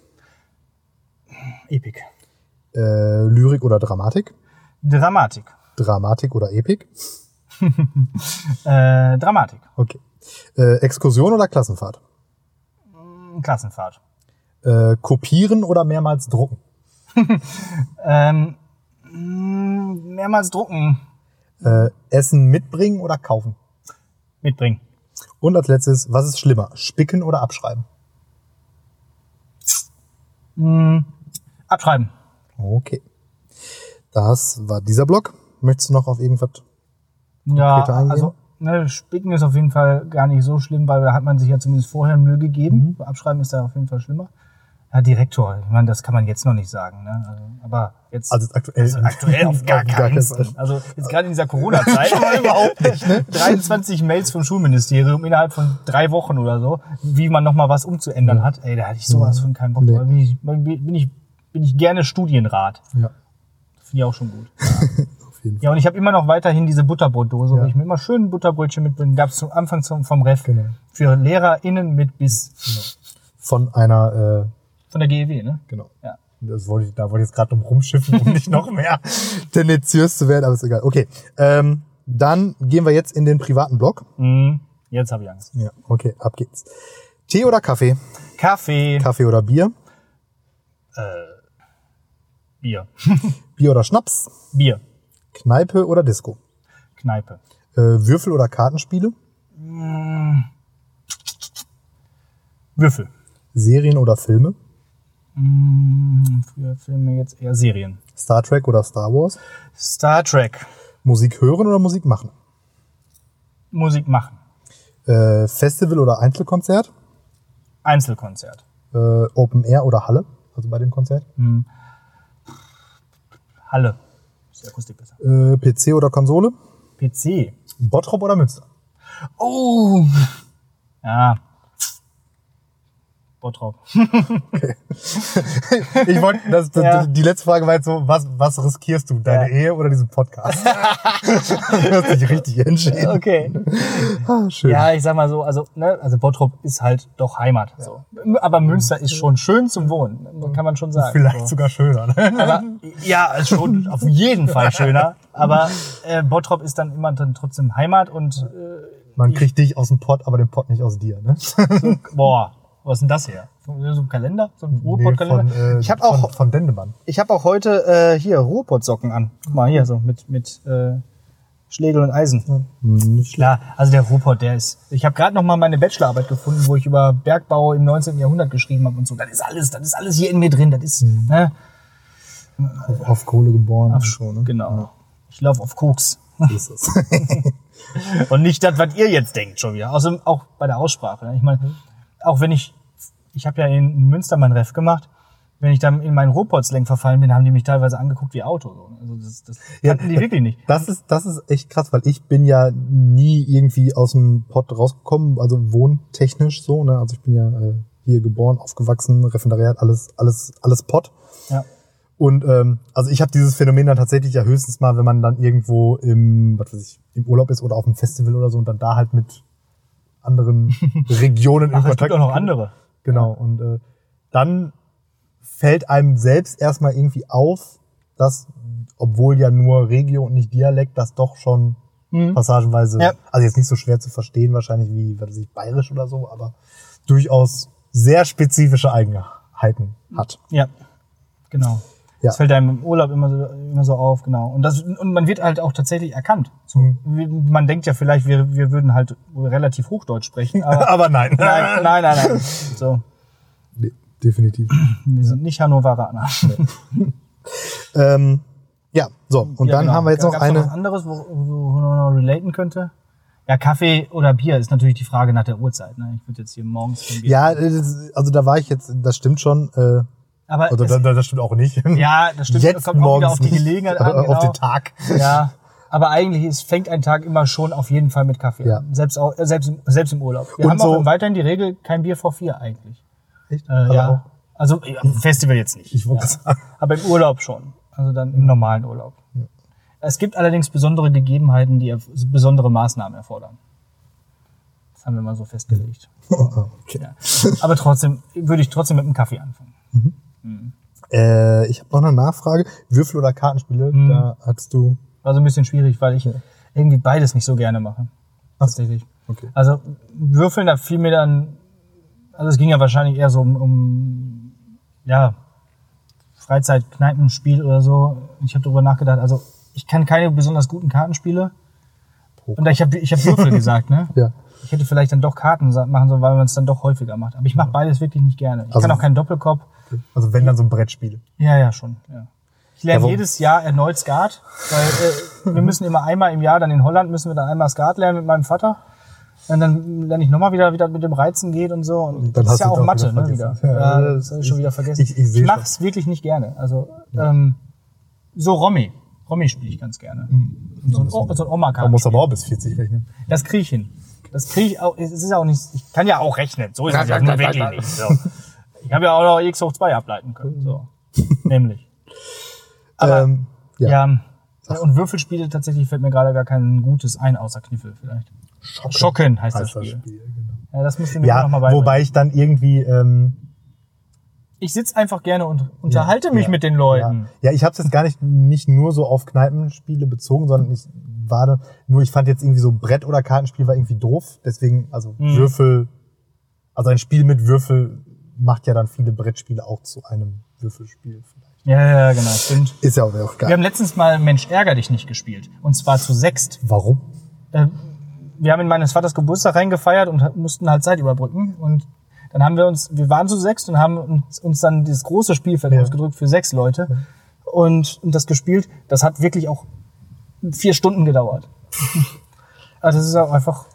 Epik. Lyrik oder Dramatik? Dramatik. Dramatik oder Epik? Dramatik. Okay. Exkursion oder Klassenfahrt? Klassenfahrt. Kopieren oder mehrmals drucken? Mehrmals drucken. Essen mitbringen oder kaufen? Mitbringen. Und als letztes, was ist schlimmer? Spicken oder abschreiben? Abschreiben. Okay. Das war dieser Block. Möchtest du noch auf irgendwas konkreter eingehen? Also Spicken ist auf jeden Fall gar nicht so schlimm, weil da hat man sich ja zumindest vorher Mühe gegeben. Abschreiben ist da auf jeden Fall schlimmer. Ja, Direktor, ich meine, das kann man jetzt noch nicht sagen, ne? Aber jetzt. Also aktuell auf gar keinen Fall. Also jetzt gerade in dieser Corona-Zeit überhaupt nicht, ne? 23 Mails vom Schulministerium innerhalb von 3 Wochen oder so, wie man nochmal was umzuändern hat. Ey, da hatte ich sowas von keinen Bock. Da bin ich gerne Studienrat. Ja. Finde ich auch schon gut. Auf jeden Fall. Ja, und ich habe immer noch weiterhin diese Butterbrotdose, wo ich mir immer schön Butterbrötchen mitbringe. Gab es zum Anfang vom Ref. Genau. Für LehrerInnen mit Biss. Genau. Von einer von der GEW, ne? Genau. Ja. Da wollte ich jetzt gerade drum rumschiffen, um nicht noch mehr tendenziös zu werden, aber ist egal. Okay, dann gehen wir jetzt in den privaten Block. Jetzt habe ich Angst. Ja, okay, ab geht's. Tee oder Kaffee? Kaffee. Kaffee oder Bier? Bier. Bier oder Schnaps? Bier. Kneipe oder Disco? Kneipe. Würfel oder Kartenspiele? Würfel. Serien oder Filme? Für Filme jetzt eher Serien. Star Trek oder Star Wars? Star Trek. Musik hören oder Musik machen? Musik machen. Festival oder Einzelkonzert? Einzelkonzert. Open Air oder Halle? Also bei dem Konzert? Halle. Ist die Akustik besser. PC oder Konsole? PC. Bottrop oder Münster? Oh. Ja. Bottrop. Okay. Ich wollte, die letzte Frage war jetzt so, was riskierst du? Deine Ehe oder diesen Podcast? Du hast dich richtig entschieden. Okay. Schön. Ja, ich sag mal so, also Bottrop ist halt doch Heimat. So. Aber Münster ist schon schön zum Wohnen, kann man schon sagen. Vielleicht so. sogar schöner. Ne? Aber, ja, ist schon auf jeden Fall schöner. Aber Bottrop ist dann immer dann trotzdem Heimat und man kriegt dich aus dem Pott, aber den Pott nicht aus dir. Ne? so, boah. Was ist denn das hier? So ein Kalender? So ein Ruhrpott-Kalender? Ich habe auch von Dendemann. Ich habe auch heute hier Ruhrpott-Socken an. Guck mal hier, so mit Schlegel und Eisen. Nicht Klar, also der Ruhrpott, der ist... Ich habe gerade noch mal meine Bachelorarbeit gefunden, wo ich über Bergbau im 19. Jahrhundert geschrieben habe und so. Das ist alles hier in mir drin. Das ist... Ne? Auf Kohle geboren. So, ne? Genau. Ja. Ich laufe auf Koks. So ist es. Und nicht das, was ihr jetzt denkt schon wieder. Außerdem auch bei der Aussprache. Ne? Ich meine... Auch wenn ich habe ja in Münster mein Ref gemacht, wenn ich dann in meinen Ruhrpott-Slang verfallen bin, haben die mich teilweise angeguckt wie Auto. Also das kannten die wirklich nicht. Das ist echt krass, weil ich bin ja nie irgendwie aus dem Pott rausgekommen, also wohntechnisch so, ne? Also ich bin ja hier geboren, aufgewachsen, Referendariat, alles Pott. Ja. Und also ich habe dieses Phänomen dann tatsächlich ja höchstens mal, wenn man dann irgendwo im Urlaub ist oder auf einem Festival oder so und dann da halt mit anderen Regionen in Kontakt. Es gibt auch noch andere. Genau. Und dann fällt einem selbst erstmal irgendwie auf, dass, obwohl ja nur Regio und nicht Dialekt, das doch schon passagenweise, also jetzt nicht so schwer zu verstehen wahrscheinlich wie, was weiß ich, bayerisch oder so, aber durchaus sehr spezifische Eigenheiten hat. Ja, genau. Ja. Das fällt einem im Urlaub immer so auf, genau. Und man wird halt auch tatsächlich erkannt. Man denkt ja vielleicht, wir würden halt relativ Hochdeutsch sprechen, aber nein. Nein. So. Nee, definitiv. Wir sind nicht Hannoveraner. Nee. Ja, so. Und dann haben wir jetzt noch eine... Noch was anderes, wo man noch relaten könnte? Ja, Kaffee oder Bier ist natürlich die Frage nach der Uhrzeit. Ne? Ich würde jetzt hier morgens kein Bier trinken. Also da war ich jetzt, das stimmt schon... Aber also das stimmt auch nicht. Ja, das stimmt. Jetzt kommt auch wieder auf die Gelegenheit an. Auf den Tag. Ja, aber eigentlich fängt ein Tag immer schon auf jeden Fall mit Kaffee an. Selbst im Urlaub. Wir haben auch weiterhin die Regel, kein Bier vor 4 eigentlich. Echt? Ja. Also Festival jetzt nicht. Ich wollte sagen. Aber im Urlaub schon. Also dann im normalen Urlaub. Ja. Es gibt allerdings besondere Gegebenheiten, die besondere Maßnahmen erfordern. Das haben wir mal so festgelegt. Okay. Ja. Aber würde ich trotzdem mit einem Kaffee anfangen. Ich habe noch eine Nachfrage. Würfel- oder Kartenspiele? Da hattest du... War so ein bisschen schwierig, weil ich irgendwie beides nicht so gerne mache. Tatsächlich. Okay. Also Würfeln, da fiel mir dann... Also es ging ja wahrscheinlich eher so um Freizeit-Kneipenspiel oder so. Ich habe darüber nachgedacht. Also ich kann keine besonders guten Kartenspiele. Poker. Und ich hab Würfel gesagt, ne? Ja. Ich hätte vielleicht dann doch Karten machen sollen, weil man es dann doch häufiger macht. Aber ich mache beides wirklich nicht gerne. Ich kann auch keinen Doppelkopf. Also wenn dann so ein Brettspiel. Ja, schon. Ja. Ich lerne jedes Jahr erneut Skat, weil wir müssen immer einmal im Jahr, dann in Holland müssen wir dann einmal Skat lernen mit meinem Vater. Und dann lerne ich nochmal wieder mit dem Reizen geht und so. Und dann das ist ja auch Mathe, ne, wieder. Ja, das habe ich schon wieder vergessen. Ich mache es wirklich nicht gerne. Also so Romy spiele ich ganz gerne. So ein Oma-Karten. Man muss aber auch bis 40 rechnen. Das kriege ich hin. Das kriege ich auch. Es ist ja auch nicht. Ich kann ja auch rechnen. So ist es ja nur wirklich nicht. So. Ich habe ja auch noch x hoch 2 ableiten können. So. Nämlich. Aber ja. Und Würfelspiele tatsächlich fällt mir gerade gar kein gutes ein, außer Kniffel vielleicht. Schocken heißt das Spiel. Genau. Ja, das musst du mir noch mal beibringen. Wobei ich dann irgendwie... ich sitze einfach gerne und unterhalte mich mit den Leuten. Ja, ich habe es jetzt gar nicht nur so auf Kneipenspiele bezogen, sondern ich fand jetzt irgendwie so Brett- oder Kartenspiel war irgendwie doof. Deswegen, also Würfel, also ein Spiel mit Würfel macht ja dann viele Brettspiele auch zu einem Würfelspiel vielleicht. Ja, genau, stimmt. Ist ja auch geil. Wir haben letztens mal Mensch, ärger dich nicht gespielt. Und zwar zu 6. Warum? Wir haben in meines Vaters Geburtstag reingefeiert und mussten halt Zeit überbrücken. Und dann haben wir waren zu 6 und haben uns dann dieses große Spielfeld ausgedrückt für 6 Leute. Ja. Und das gespielt. Das hat wirklich auch 4 Stunden gedauert. Also das ist auch einfach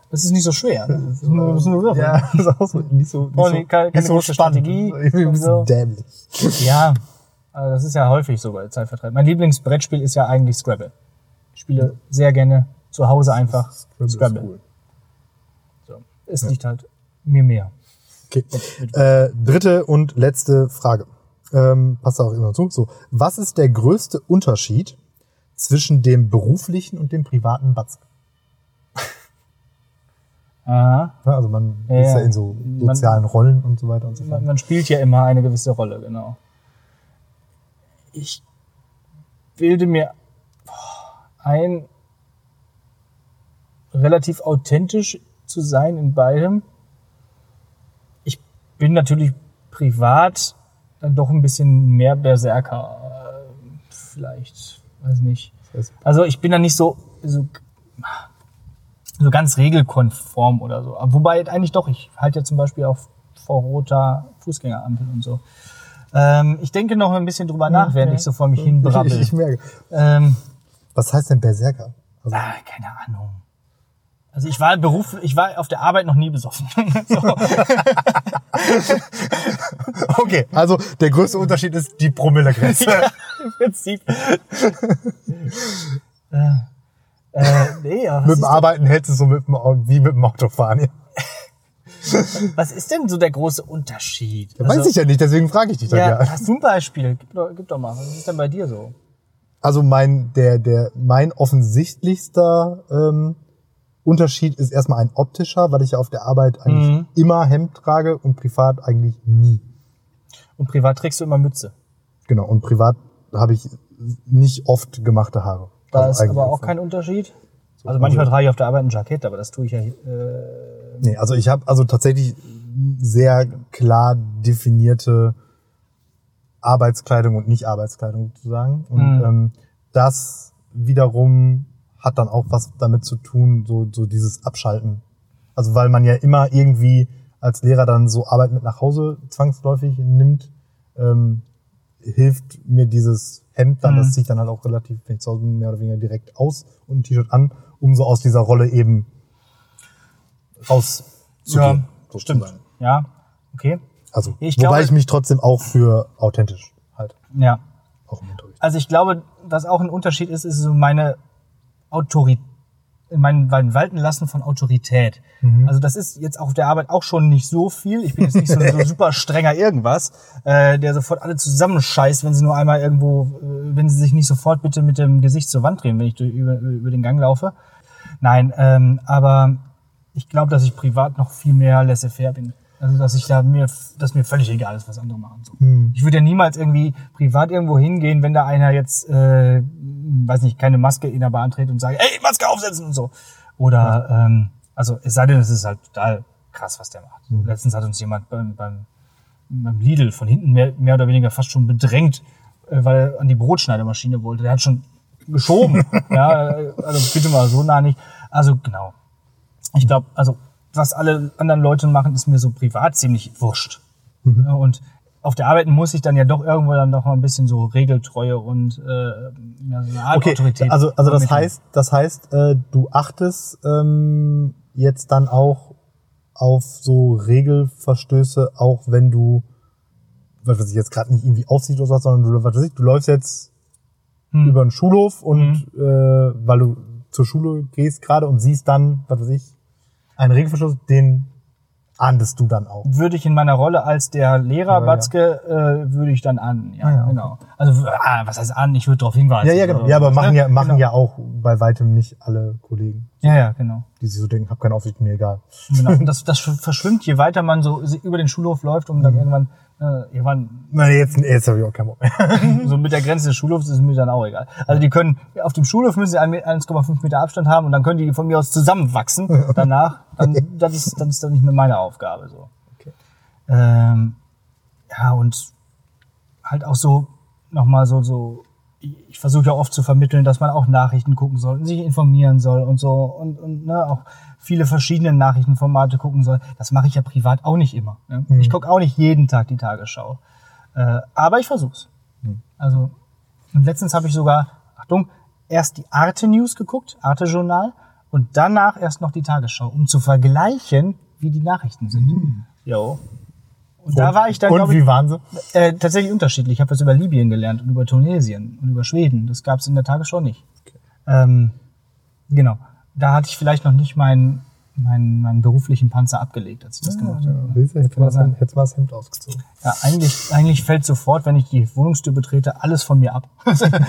Das ist nicht so schwer. Ne? Das müssen nur würfeln. Ja, das ist auch so, nicht so keine so große spannend. Strategie. Irgendwie ein bisschen So. dämlich. Ja, also das ist ja häufig so bei Zeitvertreib. Mein Lieblingsbrettspiel ist ja eigentlich Scrabble. Ich spiele sehr gerne zu Hause einfach Scrabble. Ist cool. So. Es liegt halt mir mehr. Okay. Dritte und letzte Frage. Passt auch immer zu. So, was ist der größte Unterschied zwischen dem beruflichen und dem privaten Batzke? Aha. Ja, also man ist ja in so sozialen Rollen und so weiter und so fort. Man spielt ja immer eine gewisse Rolle, genau. Ich bilde mir ein, relativ authentisch zu sein in beidem. Ich bin natürlich privat dann doch ein bisschen mehr Berserker. Vielleicht, weiß nicht. Also ich bin da nicht so ganz regelkonform oder so. Wobei eigentlich doch, ich halte ja zum Beispiel auch vor roter Fußgängerampel und so. Ich denke noch ein bisschen drüber nach, während ich so vor mich hin brabbel. Ich merke. Was heißt denn Berserker? Also, Keine Ahnung. Also ich war auf der Arbeit noch nie besoffen. So. Okay, also der größte Unterschied ist die Promillegrenze. Ja, im Prinzip. Nee, mit dem Arbeiten hältst du so wie mit dem Autofahren. Ja. Was ist denn so der große Unterschied? Weiß ich ja nicht, deswegen frage ich dich dann ja. Hast du ein Beispiel? Gib doch mal. Was ist denn bei dir so? Also mein offensichtlichster Unterschied ist erstmal ein optischer, weil ich ja auf der Arbeit eigentlich immer Hemd trage und privat eigentlich nie. Und privat trägst du immer Mütze? Genau, und privat habe ich nicht oft gemachte Haare. Da also ist aber auch kein Unterschied? Also manchmal trage ich auf der Arbeit ein Jackett, aber das tue ich ja... Nee, also ich habe tatsächlich sehr klar definierte Arbeitskleidung und Nicht-Arbeitskleidung sozusagen. Und das wiederum hat dann auch was damit zu tun, so dieses Abschalten. Also weil man ja immer irgendwie als Lehrer dann so Arbeit mit nach Hause zwangsläufig nimmt, hilft mir dieses Hemd dann, das ziehe ich dann halt auch relativ, wenn ich zu Hause bin, mehr oder weniger direkt aus und ein T-Shirt an, um so aus dieser Rolle eben rauszugehen. Ja, stimmt. Ja, okay. Also, wobei ich mich trotzdem auch für authentisch halte. Ja. Auch im Unterricht. Also ich glaube, was auch ein Unterschied ist so meine Autorität, mein Walten lassen von Autorität. Also das ist jetzt auf der Arbeit auch schon nicht so viel. Ich bin jetzt nicht so super strenger irgendwas, der sofort alle zusammenscheißt, wenn sie nur einmal irgendwo, wenn sie sich nicht sofort bitte mit dem Gesicht zur Wand drehen, wenn ich über den Gang laufe. Nein, aber ich glaube, dass ich privat noch viel mehr laissez-faire bin. Also dass mir völlig egal ist, was andere machen. So. Ich würde ja niemals irgendwie privat irgendwo hingehen, wenn da einer jetzt, weiß nicht, keine Maske in der Bahn dreht und sagt, ey, Maske aufsetzen und so. Oder, also es sei denn, es ist halt total krass, was der macht. Letztens hat uns jemand beim Lidl von hinten mehr oder weniger fast schon bedrängt, weil er an die Brotschneidemaschine wollte. Der hat schon geschoben. Ja, also bitte mal so nah nicht. Also genau. Ich glaube, also was alle anderen Leute machen, ist mir so privat ziemlich wurscht. Ja, und auf der Arbeit muss ich dann ja doch irgendwo dann noch mal ein bisschen so Regeltreue und so eine Art Autorität. Also das heißt, du achtest jetzt dann auch auf so Regelverstöße, auch wenn du, was weiß ich, jetzt gerade nicht irgendwie Aufsicht oder so, sondern du läufst jetzt über den Schulhof und weil du zur Schule gehst gerade und siehst dann, was weiß ich, einen Regelverschluss, den ahndest du dann auch. Würde ich in meiner Rolle als der Lehrer Batzke, würde ich dann ahnden. Ja, genau. Okay. Also, was heißt ahnden? Ich würde darauf hinweisen. Ja, genau. Ja, aber machen ja auch bei weitem nicht alle Kollegen. So, ja, genau. Die sich so denken, hab keine Aufsicht, mir egal. Genau. Und das verschwimmt, je weiter man so über den Schulhof läuft, um dann irgendwann Na, jetzt habe ich auch keinen Bock mehr. So mit der Grenze des Schulhofs ist mir dann auch egal. Also die können, auf dem Schulhof müssen sie 1,5 Meter Abstand haben und dann können die von mir aus zusammenwachsen danach. Das ist dann nicht mehr meine Aufgabe, so. Okay. Ja, und halt auch so, nochmal so, ich versuche ja oft zu vermitteln, dass man auch Nachrichten gucken soll und sich informieren soll und so und ne, auch viele verschiedene Nachrichtenformate gucken soll. Das mache ich ja privat auch nicht immer. Ne? Ich gucke auch nicht jeden Tag die Tagesschau. Aber ich versuch's. Also, und letztens habe ich sogar, Achtung, erst die Arte News geguckt, Arte Journal, und danach erst noch die Tagesschau, um zu vergleichen, wie die Nachrichten sind. Jo. Und da war ich dann, Und wie waren sie? tatsächlich unterschiedlich. Ich habe was über Libyen gelernt und über Tunesien und über Schweden. Das gab es in der Tagesschau nicht. Okay. Genau. Da hatte ich vielleicht noch nicht meinen beruflichen Panzer abgelegt, als ich das gemacht habe. Hättest du mal das Hemd ausgezogen. Ja, eigentlich fällt sofort, wenn ich die Wohnungstür betrete, alles von mir ab.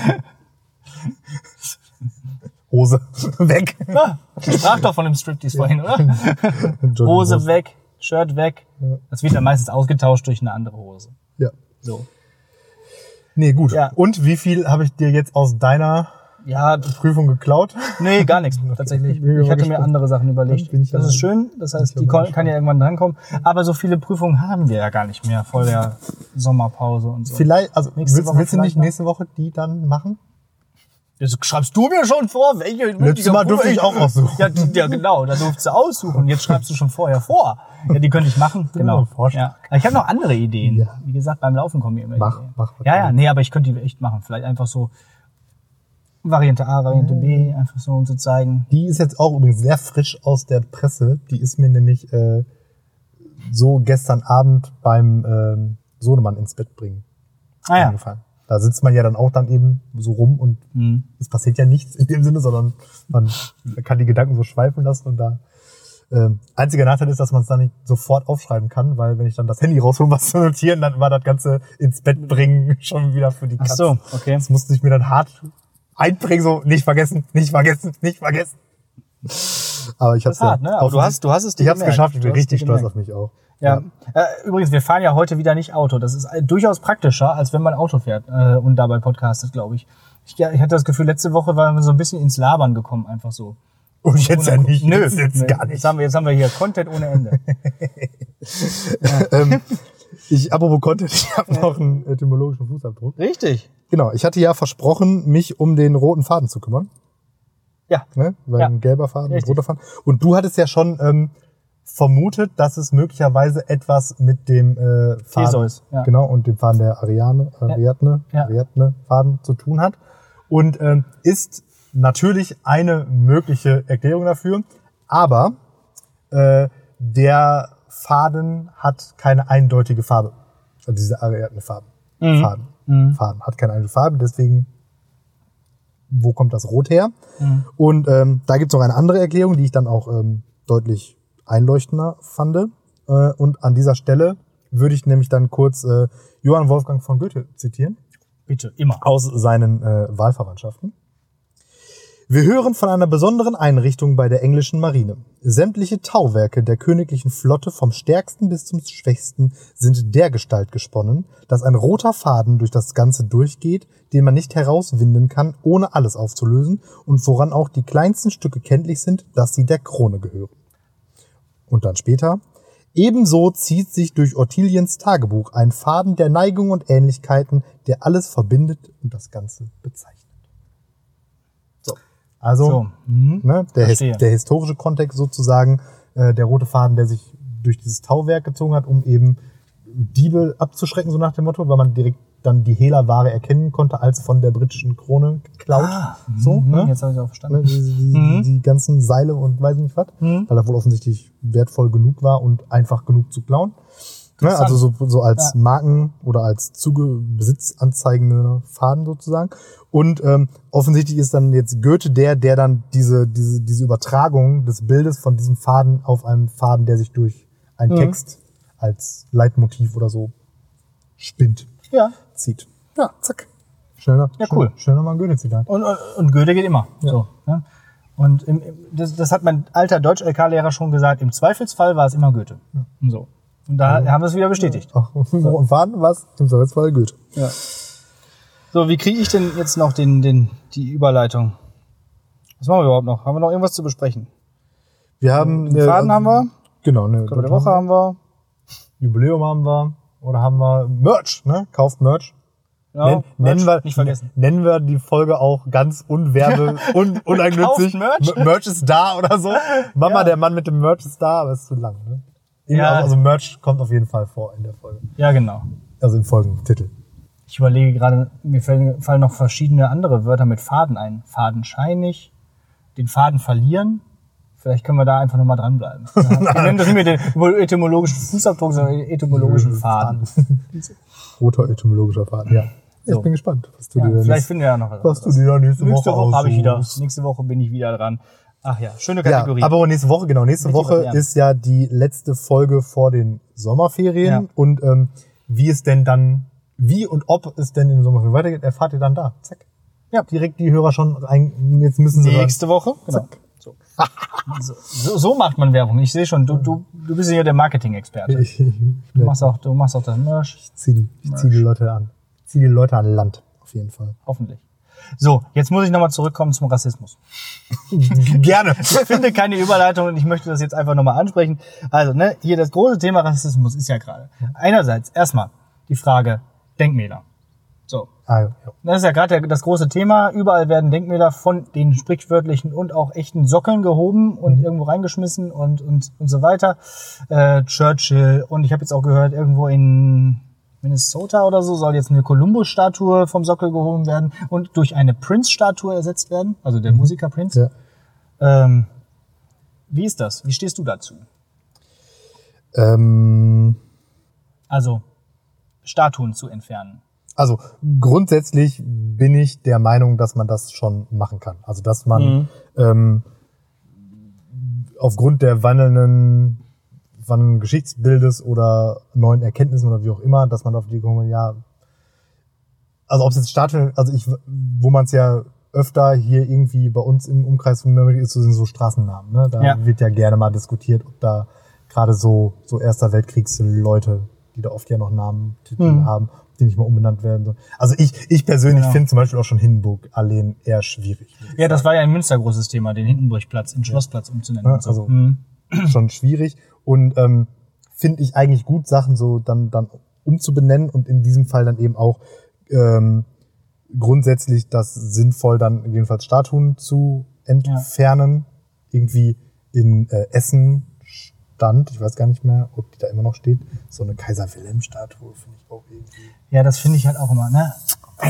Hose weg. Ja, ich sprach doch von dem Striptease vorhin, oder? Hose weg, Shirt weg. Ja. Das wird dann meistens ausgetauscht durch eine andere Hose. Ja. So. Nee, gut. Ja. Und wie viel habe ich dir jetzt aus deiner Prüfung geklaut? Nee, gar nichts, tatsächlich. Ich hatte mir andere Sachen überlegt. Das ist schön, das heißt, die kann ja irgendwann drankommen. Aber so viele Prüfungen haben wir ja gar nicht mehr vor der Sommerpause und so. Vielleicht, also willst du nicht nächste Woche die dann machen? Das schreibst du mir schon vor, welche. Letztes Mal durfte ich auch aussuchen. Ja, genau, da durfst du aussuchen. Jetzt schreibst du schon vorher vor. Ja, die könnte ich machen, genau. Ja. Aber ich habe noch andere Ideen. Ja. Wie gesagt, beim Laufen kommen mir immer Ideen. Ja, nee, aber ich könnte die echt machen. Vielleicht einfach so Variante A, Variante B, einfach so, um zu zeigen. Die ist jetzt auch übrigens sehr frisch aus der Presse. Die ist mir nämlich so gestern Abend beim Sohnemann ins Bett bringen eingefallen. Da sitzt man ja dann auch dann eben so rum und es passiert ja nichts in dem Sinne, sondern man kann die Gedanken so schweifen lassen und da einziger Nachteil ist, dass man es dann nicht sofort aufschreiben kann, weil wenn ich dann das Handy raushole, um was zu notieren, dann war das Ganze ins Bett bringen schon wieder für die Katze. Ach so, okay. Das musste ich mir dann hart einprägen, so nicht vergessen, nicht vergessen, nicht vergessen. Aber ich hab's hart, ne? Aber du hast es dir Ich hab's geschafft, ich bin richtig stolz auf mich auch. Ja. Übrigens, wir fahren ja heute wieder nicht Auto. Das ist durchaus praktischer, als wenn man Auto fährt und dabei podcastet, glaube ich. Ich hatte das Gefühl, letzte Woche waren wir so ein bisschen ins Labern gekommen, einfach so. Und jetzt ja nicht. Nö, jetzt gar nicht. Jetzt haben wir hier Content ohne Ende. Apropos Content, ich habe noch einen etymologischen Fußabdruck. Richtig. Genau, ich hatte ja versprochen, mich um den roten Faden zu kümmern. Ja. Ne? Weil ein gelber Faden, ein roter Faden. Und du hattest ja schon vermutet, dass es möglicherweise etwas mit dem Faden, Theseus, ja. Genau, und dem Faden der Ariadne-Faden zu tun hat. Und ist natürlich eine mögliche Erklärung dafür, aber der Faden hat keine eindeutige Farbe. Also diese Ariadne-Faden. Faden hat keine eindeutige Farbe, deswegen wo kommt das Rot her? Und da gibt es noch eine andere Erklärung, die ich dann auch deutlich einleuchtender fand. Und an dieser Stelle würde ich nämlich dann kurz Johann Wolfgang von Goethe zitieren. Bitte, immer. Aus seinen Wahlverwandtschaften. Wir hören von einer besonderen Einrichtung bei der englischen Marine. Sämtliche Tauwerke der königlichen Flotte vom stärksten bis zum schwächsten sind dergestalt gesponnen, dass ein roter Faden durch das Ganze durchgeht, den man nicht herauswinden kann, ohne alles aufzulösen und woran auch die kleinsten Stücke kenntlich sind, dass sie der Krone gehören. Und dann später: Ebenso zieht sich durch Ottiliens Tagebuch ein Faden der Neigung und Ähnlichkeiten, der alles verbindet und das Ganze bezeichnet. Also ne, der historische Kontext sozusagen, der rote Faden, der sich durch dieses Tauwerk gezogen hat, um eben Diebe abzuschrecken, so nach dem Motto, weil man direkt dann die Hehlerware erkennen konnte, als von der britischen Krone geklaut. Ne? Jetzt habe ich auch verstanden. Die ganzen Seile und weiß nicht was, weil das wohl offensichtlich wertvoll genug war und einfach genug zu klauen. Ne? Also so als Marken- oder als Besitzanzeigende Faden sozusagen. Und offensichtlich ist dann jetzt Goethe der dann diese Übertragung des Bildes von diesem Faden auf einem Faden, der sich durch einen Text als Leitmotiv oder so spinnt, zieht. Ja, zack. Schneller mal ein Goethe-Zitat. Und Goethe geht immer. Ja. So, ne? Und das hat mein alter Deutsch-LK-Lehrer schon gesagt, im Zweifelsfall war es immer Goethe. Ja. So. Und da haben wir es wieder bestätigt. Ach, und Faden war es im Zweifelsfall Goethe. Ja. So, wie kriege ich denn jetzt noch die Überleitung? Was machen wir überhaupt noch? Haben wir noch irgendwas zu besprechen? Wir haben... Den Faden haben wir. Genau. Körper der Woche haben wir. Jubiläum haben wir. Oder haben wir Merch, ne? Kauft Merch. Genau, nennen wir, nicht vergessen. Nennen wir die Folge auch ganz uneigennützig. Merch ist da oder so. Mama, der Mann mit dem Merch ist da, aber ist zu lang, ne? Ja. Also Merch kommt auf jeden Fall vor in der Folge. Ja, genau. Also im Folgentitel. Ich überlege gerade, mir fallen noch verschiedene andere Wörter mit Faden ein. Fadenscheinig, den Faden verlieren. Vielleicht können wir da einfach nochmal dranbleiben. Wir nennen das nicht mehr den etymologischen Fußabdruck, sondern den etymologischen Faden. Roter etymologischer Faden, ja. So. Ich bin gespannt, was du Ja, dir dann vielleicht finden wir ja noch was du dir dann nächste Woche habe ich wieder. aussuchst. Nächste Woche bin ich wieder dran. Ach ja, schöne Ja, Kategorie. aber nächste Woche, genau. Nächste Richtig Woche was lernen. ist ja die letzte Folge vor den Sommerferien. Ja. Und wie es denn dann, wie und ob es denn in den Sommerferien weitergeht, erfahrt ihr dann da. Zack. Ja. Direkt die Hörer schon rein, jetzt müssen sie Nächste Woche. Genau. Zack. So macht man Werbung. Ich sehe schon, du bist ja der Marketing-Experte. Du machst auch das Merch. Ich zieh die Leute an. Ich zieh die Leute an Land, auf jeden Fall. Hoffentlich. So, jetzt muss ich nochmal zurückkommen zum Rassismus. Gerne. Ich finde keine Überleitung und ich möchte das jetzt einfach nochmal ansprechen. Also, hier das große Thema Rassismus ist ja gerade. Einerseits erstmal die Frage Denkmäler. So. Ja. Das ist ja gerade das große Thema. Überall werden Denkmäler von den sprichwörtlichen und auch echten Sockeln gehoben und irgendwo reingeschmissen und so weiter. Churchill und ich habe jetzt auch gehört, irgendwo in Minnesota oder so soll jetzt eine Columbus-Statue vom Sockel gehoben werden und durch eine Prince-Statue ersetzt werden, also der Musiker Prince. Ja. Wie ist das? Wie stehst du dazu? Also Statuen zu entfernen. Also grundsätzlich bin ich der Meinung, dass man das schon machen kann. Also dass man aufgrund der wandelnden Geschichtsbildes oder neuen Erkenntnissen oder wie auch immer, dass man auf die kommt, ja, also ob es jetzt Statuen, wo man es ja öfter hier irgendwie bei uns im Umkreis von Nürnberg ist, sind so Straßennamen. Ne? Da wird ja gerne mal diskutiert, ob da gerade so Erster Weltkriegsleute, die da oft ja noch Namentitel haben, die nicht mal umbenannt werden. Also ich persönlich finde zum Beispiel auch schon Hindenburg-Alleen eher schwierig. Ja, das war ja in Münster großes Thema, den Hindenburgplatz in Schlossplatz umzunennen. Ja, und so. also schon schwierig und finde ich eigentlich gut, Sachen so dann umzubenennen und in diesem Fall dann eben auch grundsätzlich das sinnvoll dann jedenfalls Statuen zu entfernen. Irgendwie in Essen stand, ich weiß gar nicht mehr, ob die da immer noch steht, so eine Kaiser-Wilhelm-Statue finde ich auch irgendwie. Ja, das finde ich halt auch immer, ne?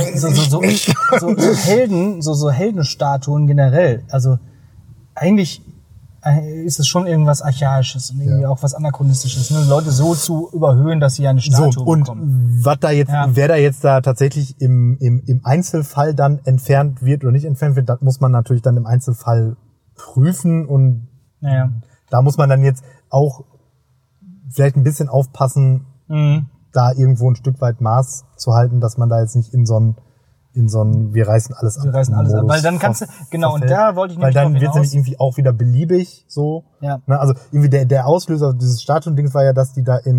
So Heldenstatuen generell. Also eigentlich ist es schon irgendwas Archaisches und irgendwie auch was Anachronistisches, ne? Leute so zu überhöhen, dass sie eine Statue bekommen. Was da jetzt, wer da jetzt da tatsächlich im Einzelfall dann entfernt wird oder nicht entfernt wird, das muss man natürlich dann im Einzelfall prüfen und da muss man dann jetzt auch vielleicht ein bisschen aufpassen, da irgendwo ein Stück weit Maß zu halten, dass man da jetzt nicht in so ein wir reißen alles ab. Wir reißen alles ab. Weil dann kannst du, genau, verfällt. Und da wollte ich nämlich drauf hinaus. Weil dann wird es nämlich irgendwie auch wieder beliebig, so. Ja. Ne, also irgendwie der Auslöser dieses Statuen-Dings war ja, dass die da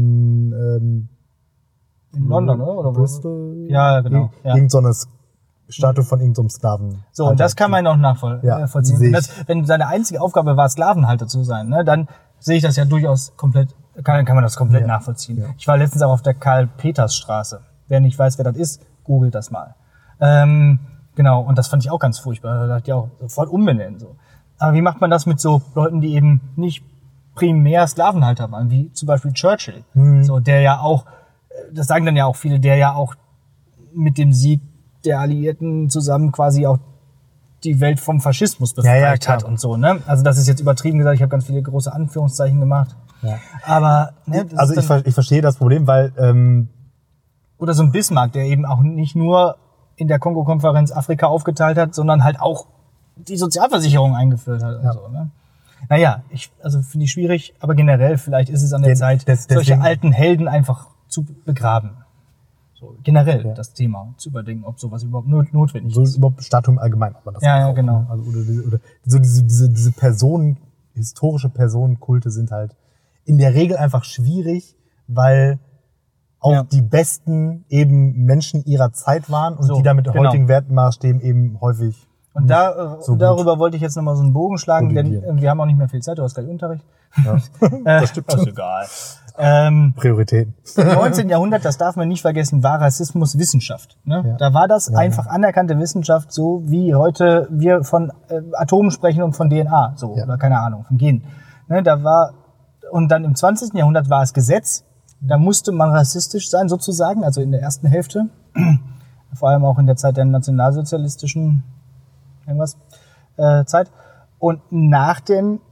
in London, oder? Bristol? Ja, genau. Irgend so eine Statue von irgendeinem Sklaven. So, und das kann man noch nachvollziehen. Wenn seine einzige Aufgabe war, Sklavenhalter zu sein, ne, dann sehe ich das ja durchaus komplett, kann man das komplett nachvollziehen. Ja. Ich war letztens auch auf der Karl-Peters-Straße. Wer nicht weiß, wer das ist, googelt das mal. Genau, und das fand ich auch ganz furchtbar. Da dachte ich auch sofort umbenennen. So. Aber wie macht man das mit so Leuten, die eben nicht primär Sklavenhalter waren, wie zum Beispiel Churchill? So, der ja auch, das sagen dann ja auch viele, der ja auch mit dem Sieg der Alliierten zusammen quasi auch die Welt vom Faschismus befreit hat und so. Ne? Also das ist jetzt übertrieben gesagt, ich habe ganz viele große Anführungszeichen gemacht. Ja. Aber also ich verstehe das Problem, weil oder so ein Bismarck, der eben auch nicht nur in der Kongo-Konferenz Afrika aufgeteilt hat, sondern halt auch die Sozialversicherung eingeführt hat und so. Ne? Naja, finde ich schwierig, aber generell vielleicht ist es an der Zeit, solche alten Helden einfach zu begraben. So, generell das Thema zu überdenken, ob sowas überhaupt notwendig ist. So überhaupt Statuen allgemein, ob man das braucht, genau. Also, oder so diese historische Personenkulte sind halt in der Regel einfach schwierig, weil auch die besten eben Menschen ihrer Zeit waren und die da mit heutigen Wertmaßstäben eben häufig. Und darüber wollte ich jetzt nochmal so einen Bogen schlagen, denn wir haben auch nicht mehr viel Zeit, du hast gleich Unterricht. Ja, das stimmt. Das ist egal. Prioritäten. Im 19. Jahrhundert, das darf man nicht vergessen, war Rassismus Wissenschaft. Ne? Ja. Da war das einfach anerkannte Wissenschaft, so wie heute wir von Atomen sprechen und von DNA, oder keine Ahnung, von Genen. Ne, und dann im 20. Jahrhundert war es Gesetz. Da musste man rassistisch sein, sozusagen, also in der ersten Hälfte. Vor allem auch in der Zeit der nationalsozialistischen Zeit. Und nach dem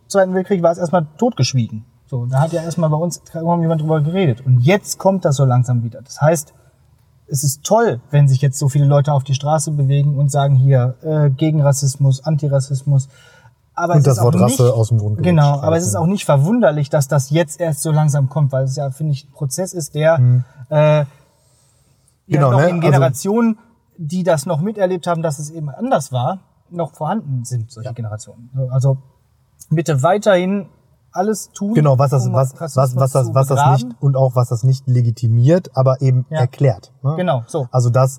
Zweiten Weltkrieg war es erstmal totgeschwiegen. So, da hat ja erstmal bei uns kaum jemand drüber geredet. Und jetzt kommt das so langsam wieder. Das heißt, es ist toll, wenn sich jetzt so viele Leute auf die Straße bewegen und sagen hier gegen Rassismus, Antirassismus. Aber Und es das ist auch Wort nicht, Rasse aus dem Grund gerutscht. Genau, aber es ist auch nicht verwunderlich, dass das jetzt erst so langsam kommt, weil es ja, finde ich, ein Prozess ist, der Genau, noch ne? in Generationen, die das noch miterlebt haben, dass es eben anders war, noch vorhanden sind, solche Generationen. Also bitte weiterhin alles tun. Genau, was das nicht und auch was das nicht legitimiert, aber eben erklärt. Ne? Genau, so. Also dass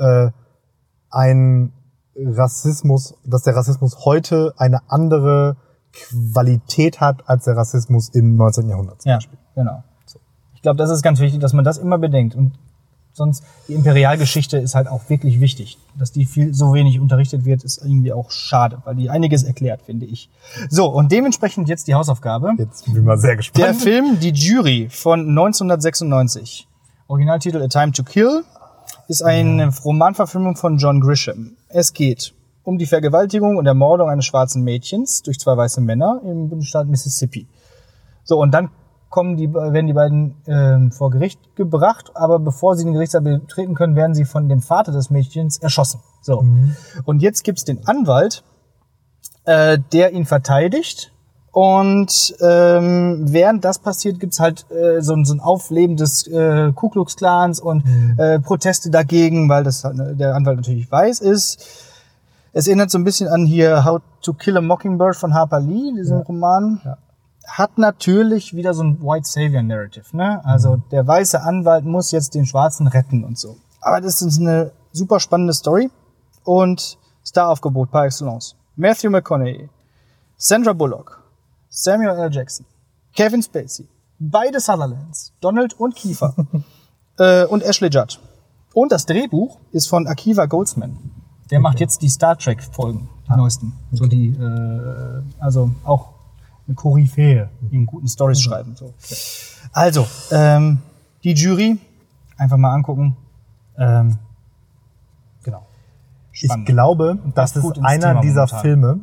dass der Rassismus heute eine andere Qualität hat als der Rassismus im 19. Jahrhundert zum Beispiel. Genau. So. Ich glaube, das ist ganz wichtig, dass man das immer bedenkt. Und sonst, die Imperialgeschichte ist halt auch wirklich wichtig. Dass die so wenig unterrichtet wird, ist irgendwie auch schade, weil die einiges erklärt, finde ich. So, und dementsprechend jetzt die Hausaufgabe. Jetzt bin ich mal sehr gespannt. Der Film Die Jury von 1996. Originaltitel A Time to Kill. Ist eine Romanverfilmung von John Grisham. Es geht um die Vergewaltigung und Ermordung eines schwarzen Mädchens durch 2 weiße Männer im Bundesstaat Mississippi. So, und dann werden die beiden vor Gericht gebracht, aber bevor sie den Gerichtssaal betreten können, werden sie von dem Vater des Mädchens erschossen. So. Und jetzt gibt's den Anwalt, der ihn verteidigt. Und während das passiert, gibt's halt so ein Aufleben des Ku Klux Klans und Proteste dagegen, weil das der Anwalt natürlich weiß ist. Es erinnert so ein bisschen an hier How to Kill a Mockingbird von Harper Lee, diesen Roman. Ja. Hat natürlich wieder so ein White Savior Narrative, ne? Also der weiße Anwalt muss jetzt den Schwarzen retten und so. Aber das ist eine super spannende Story und Staraufgebot par excellence. Matthew McConaughey, Sandra Bullock, Samuel L. Jackson, Kevin Spacey, beide Sutherlands, Donald und Kiefer und Ashley Judd. Und das Drehbuch ist von Akiva Goldsman. Der macht jetzt die Star Trek Folgen, die neuesten. So die, also auch eine Koryphäe in guten Storys schreiben. So. Also, die Jury, einfach mal angucken. Genau. Spannend. Ich glaube, das ist einer dieser Filme,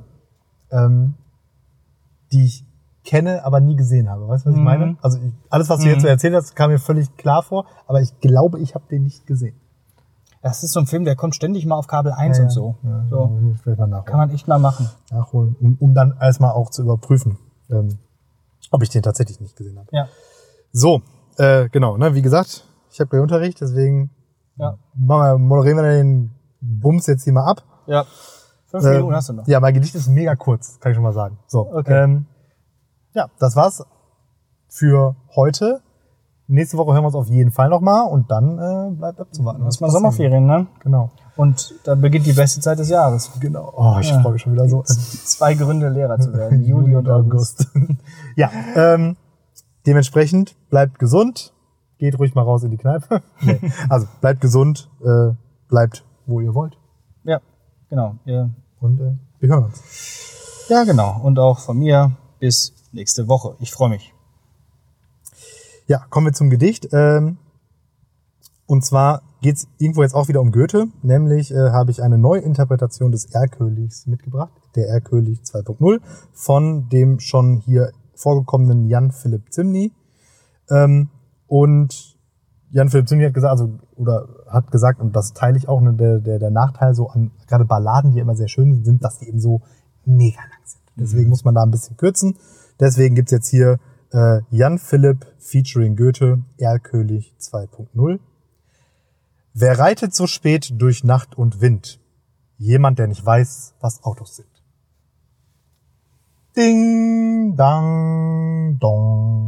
die ich kenne, aber nie gesehen habe. Weißt du, was ich meine? Also alles, was du jetzt so erzählt hast, kam mir völlig klar vor, aber ich glaube, ich habe den nicht gesehen. Das ist so ein Film, der kommt ständig mal auf Kabel 1 und so. Ja, so. Vielleicht mal nachholen. Kann man echt mal machen. Nachholen, um dann erstmal auch zu überprüfen, ob ich den tatsächlich nicht gesehen habe. Ja. So, genau, ne, wie gesagt, ich habe gleich Unterricht, deswegen moderieren wir den Bums jetzt hier mal ab. Ja. 5 Minuten hast du noch. Ja, mein Gedicht ist mega kurz, kann ich schon mal sagen. So, okay. Ja, das war's für heute. Nächste Woche hören wir uns auf jeden Fall nochmal und dann bleibt abzuwarten. Das ist mal Sommerferien, ne? Genau. Und da beginnt die beste Zeit des Jahres. Genau. Oh, ich freue mich schon wieder so. 2 Gründe, Lehrer zu werden. Juli und August. Ja, dementsprechend bleibt gesund. Geht ruhig mal raus in die Kneipe. Nee. Also bleibt gesund, bleibt, wo ihr wollt. Ja, genau. Und wir hören uns. Ja, genau. Und auch von mir bis nächste Woche. Ich freue mich. Ja, kommen wir zum Gedicht. Und zwar geht's irgendwo jetzt auch wieder um Goethe. Nämlich habe ich eine Neuinterpretation des Erlköhligs mitgebracht. Der Erlköhlig 2.0 von dem schon hier vorgekommenen Jan Philipp Zymny. Und Jan Philipp Zymny hat gesagt, und das teile ich auch, ne, der Nachteil so an gerade Balladen, die immer sehr schön sind, dass die eben so mega lang sind. Deswegen muss man da ein bisschen kürzen. Deswegen gibt's jetzt hier Jan Philipp featuring Goethe, Erlköhlig 2.0. Wer reitet so spät durch Nacht und Wind? Jemand, der nicht weiß, was Autos sind. Ding, dang, dong.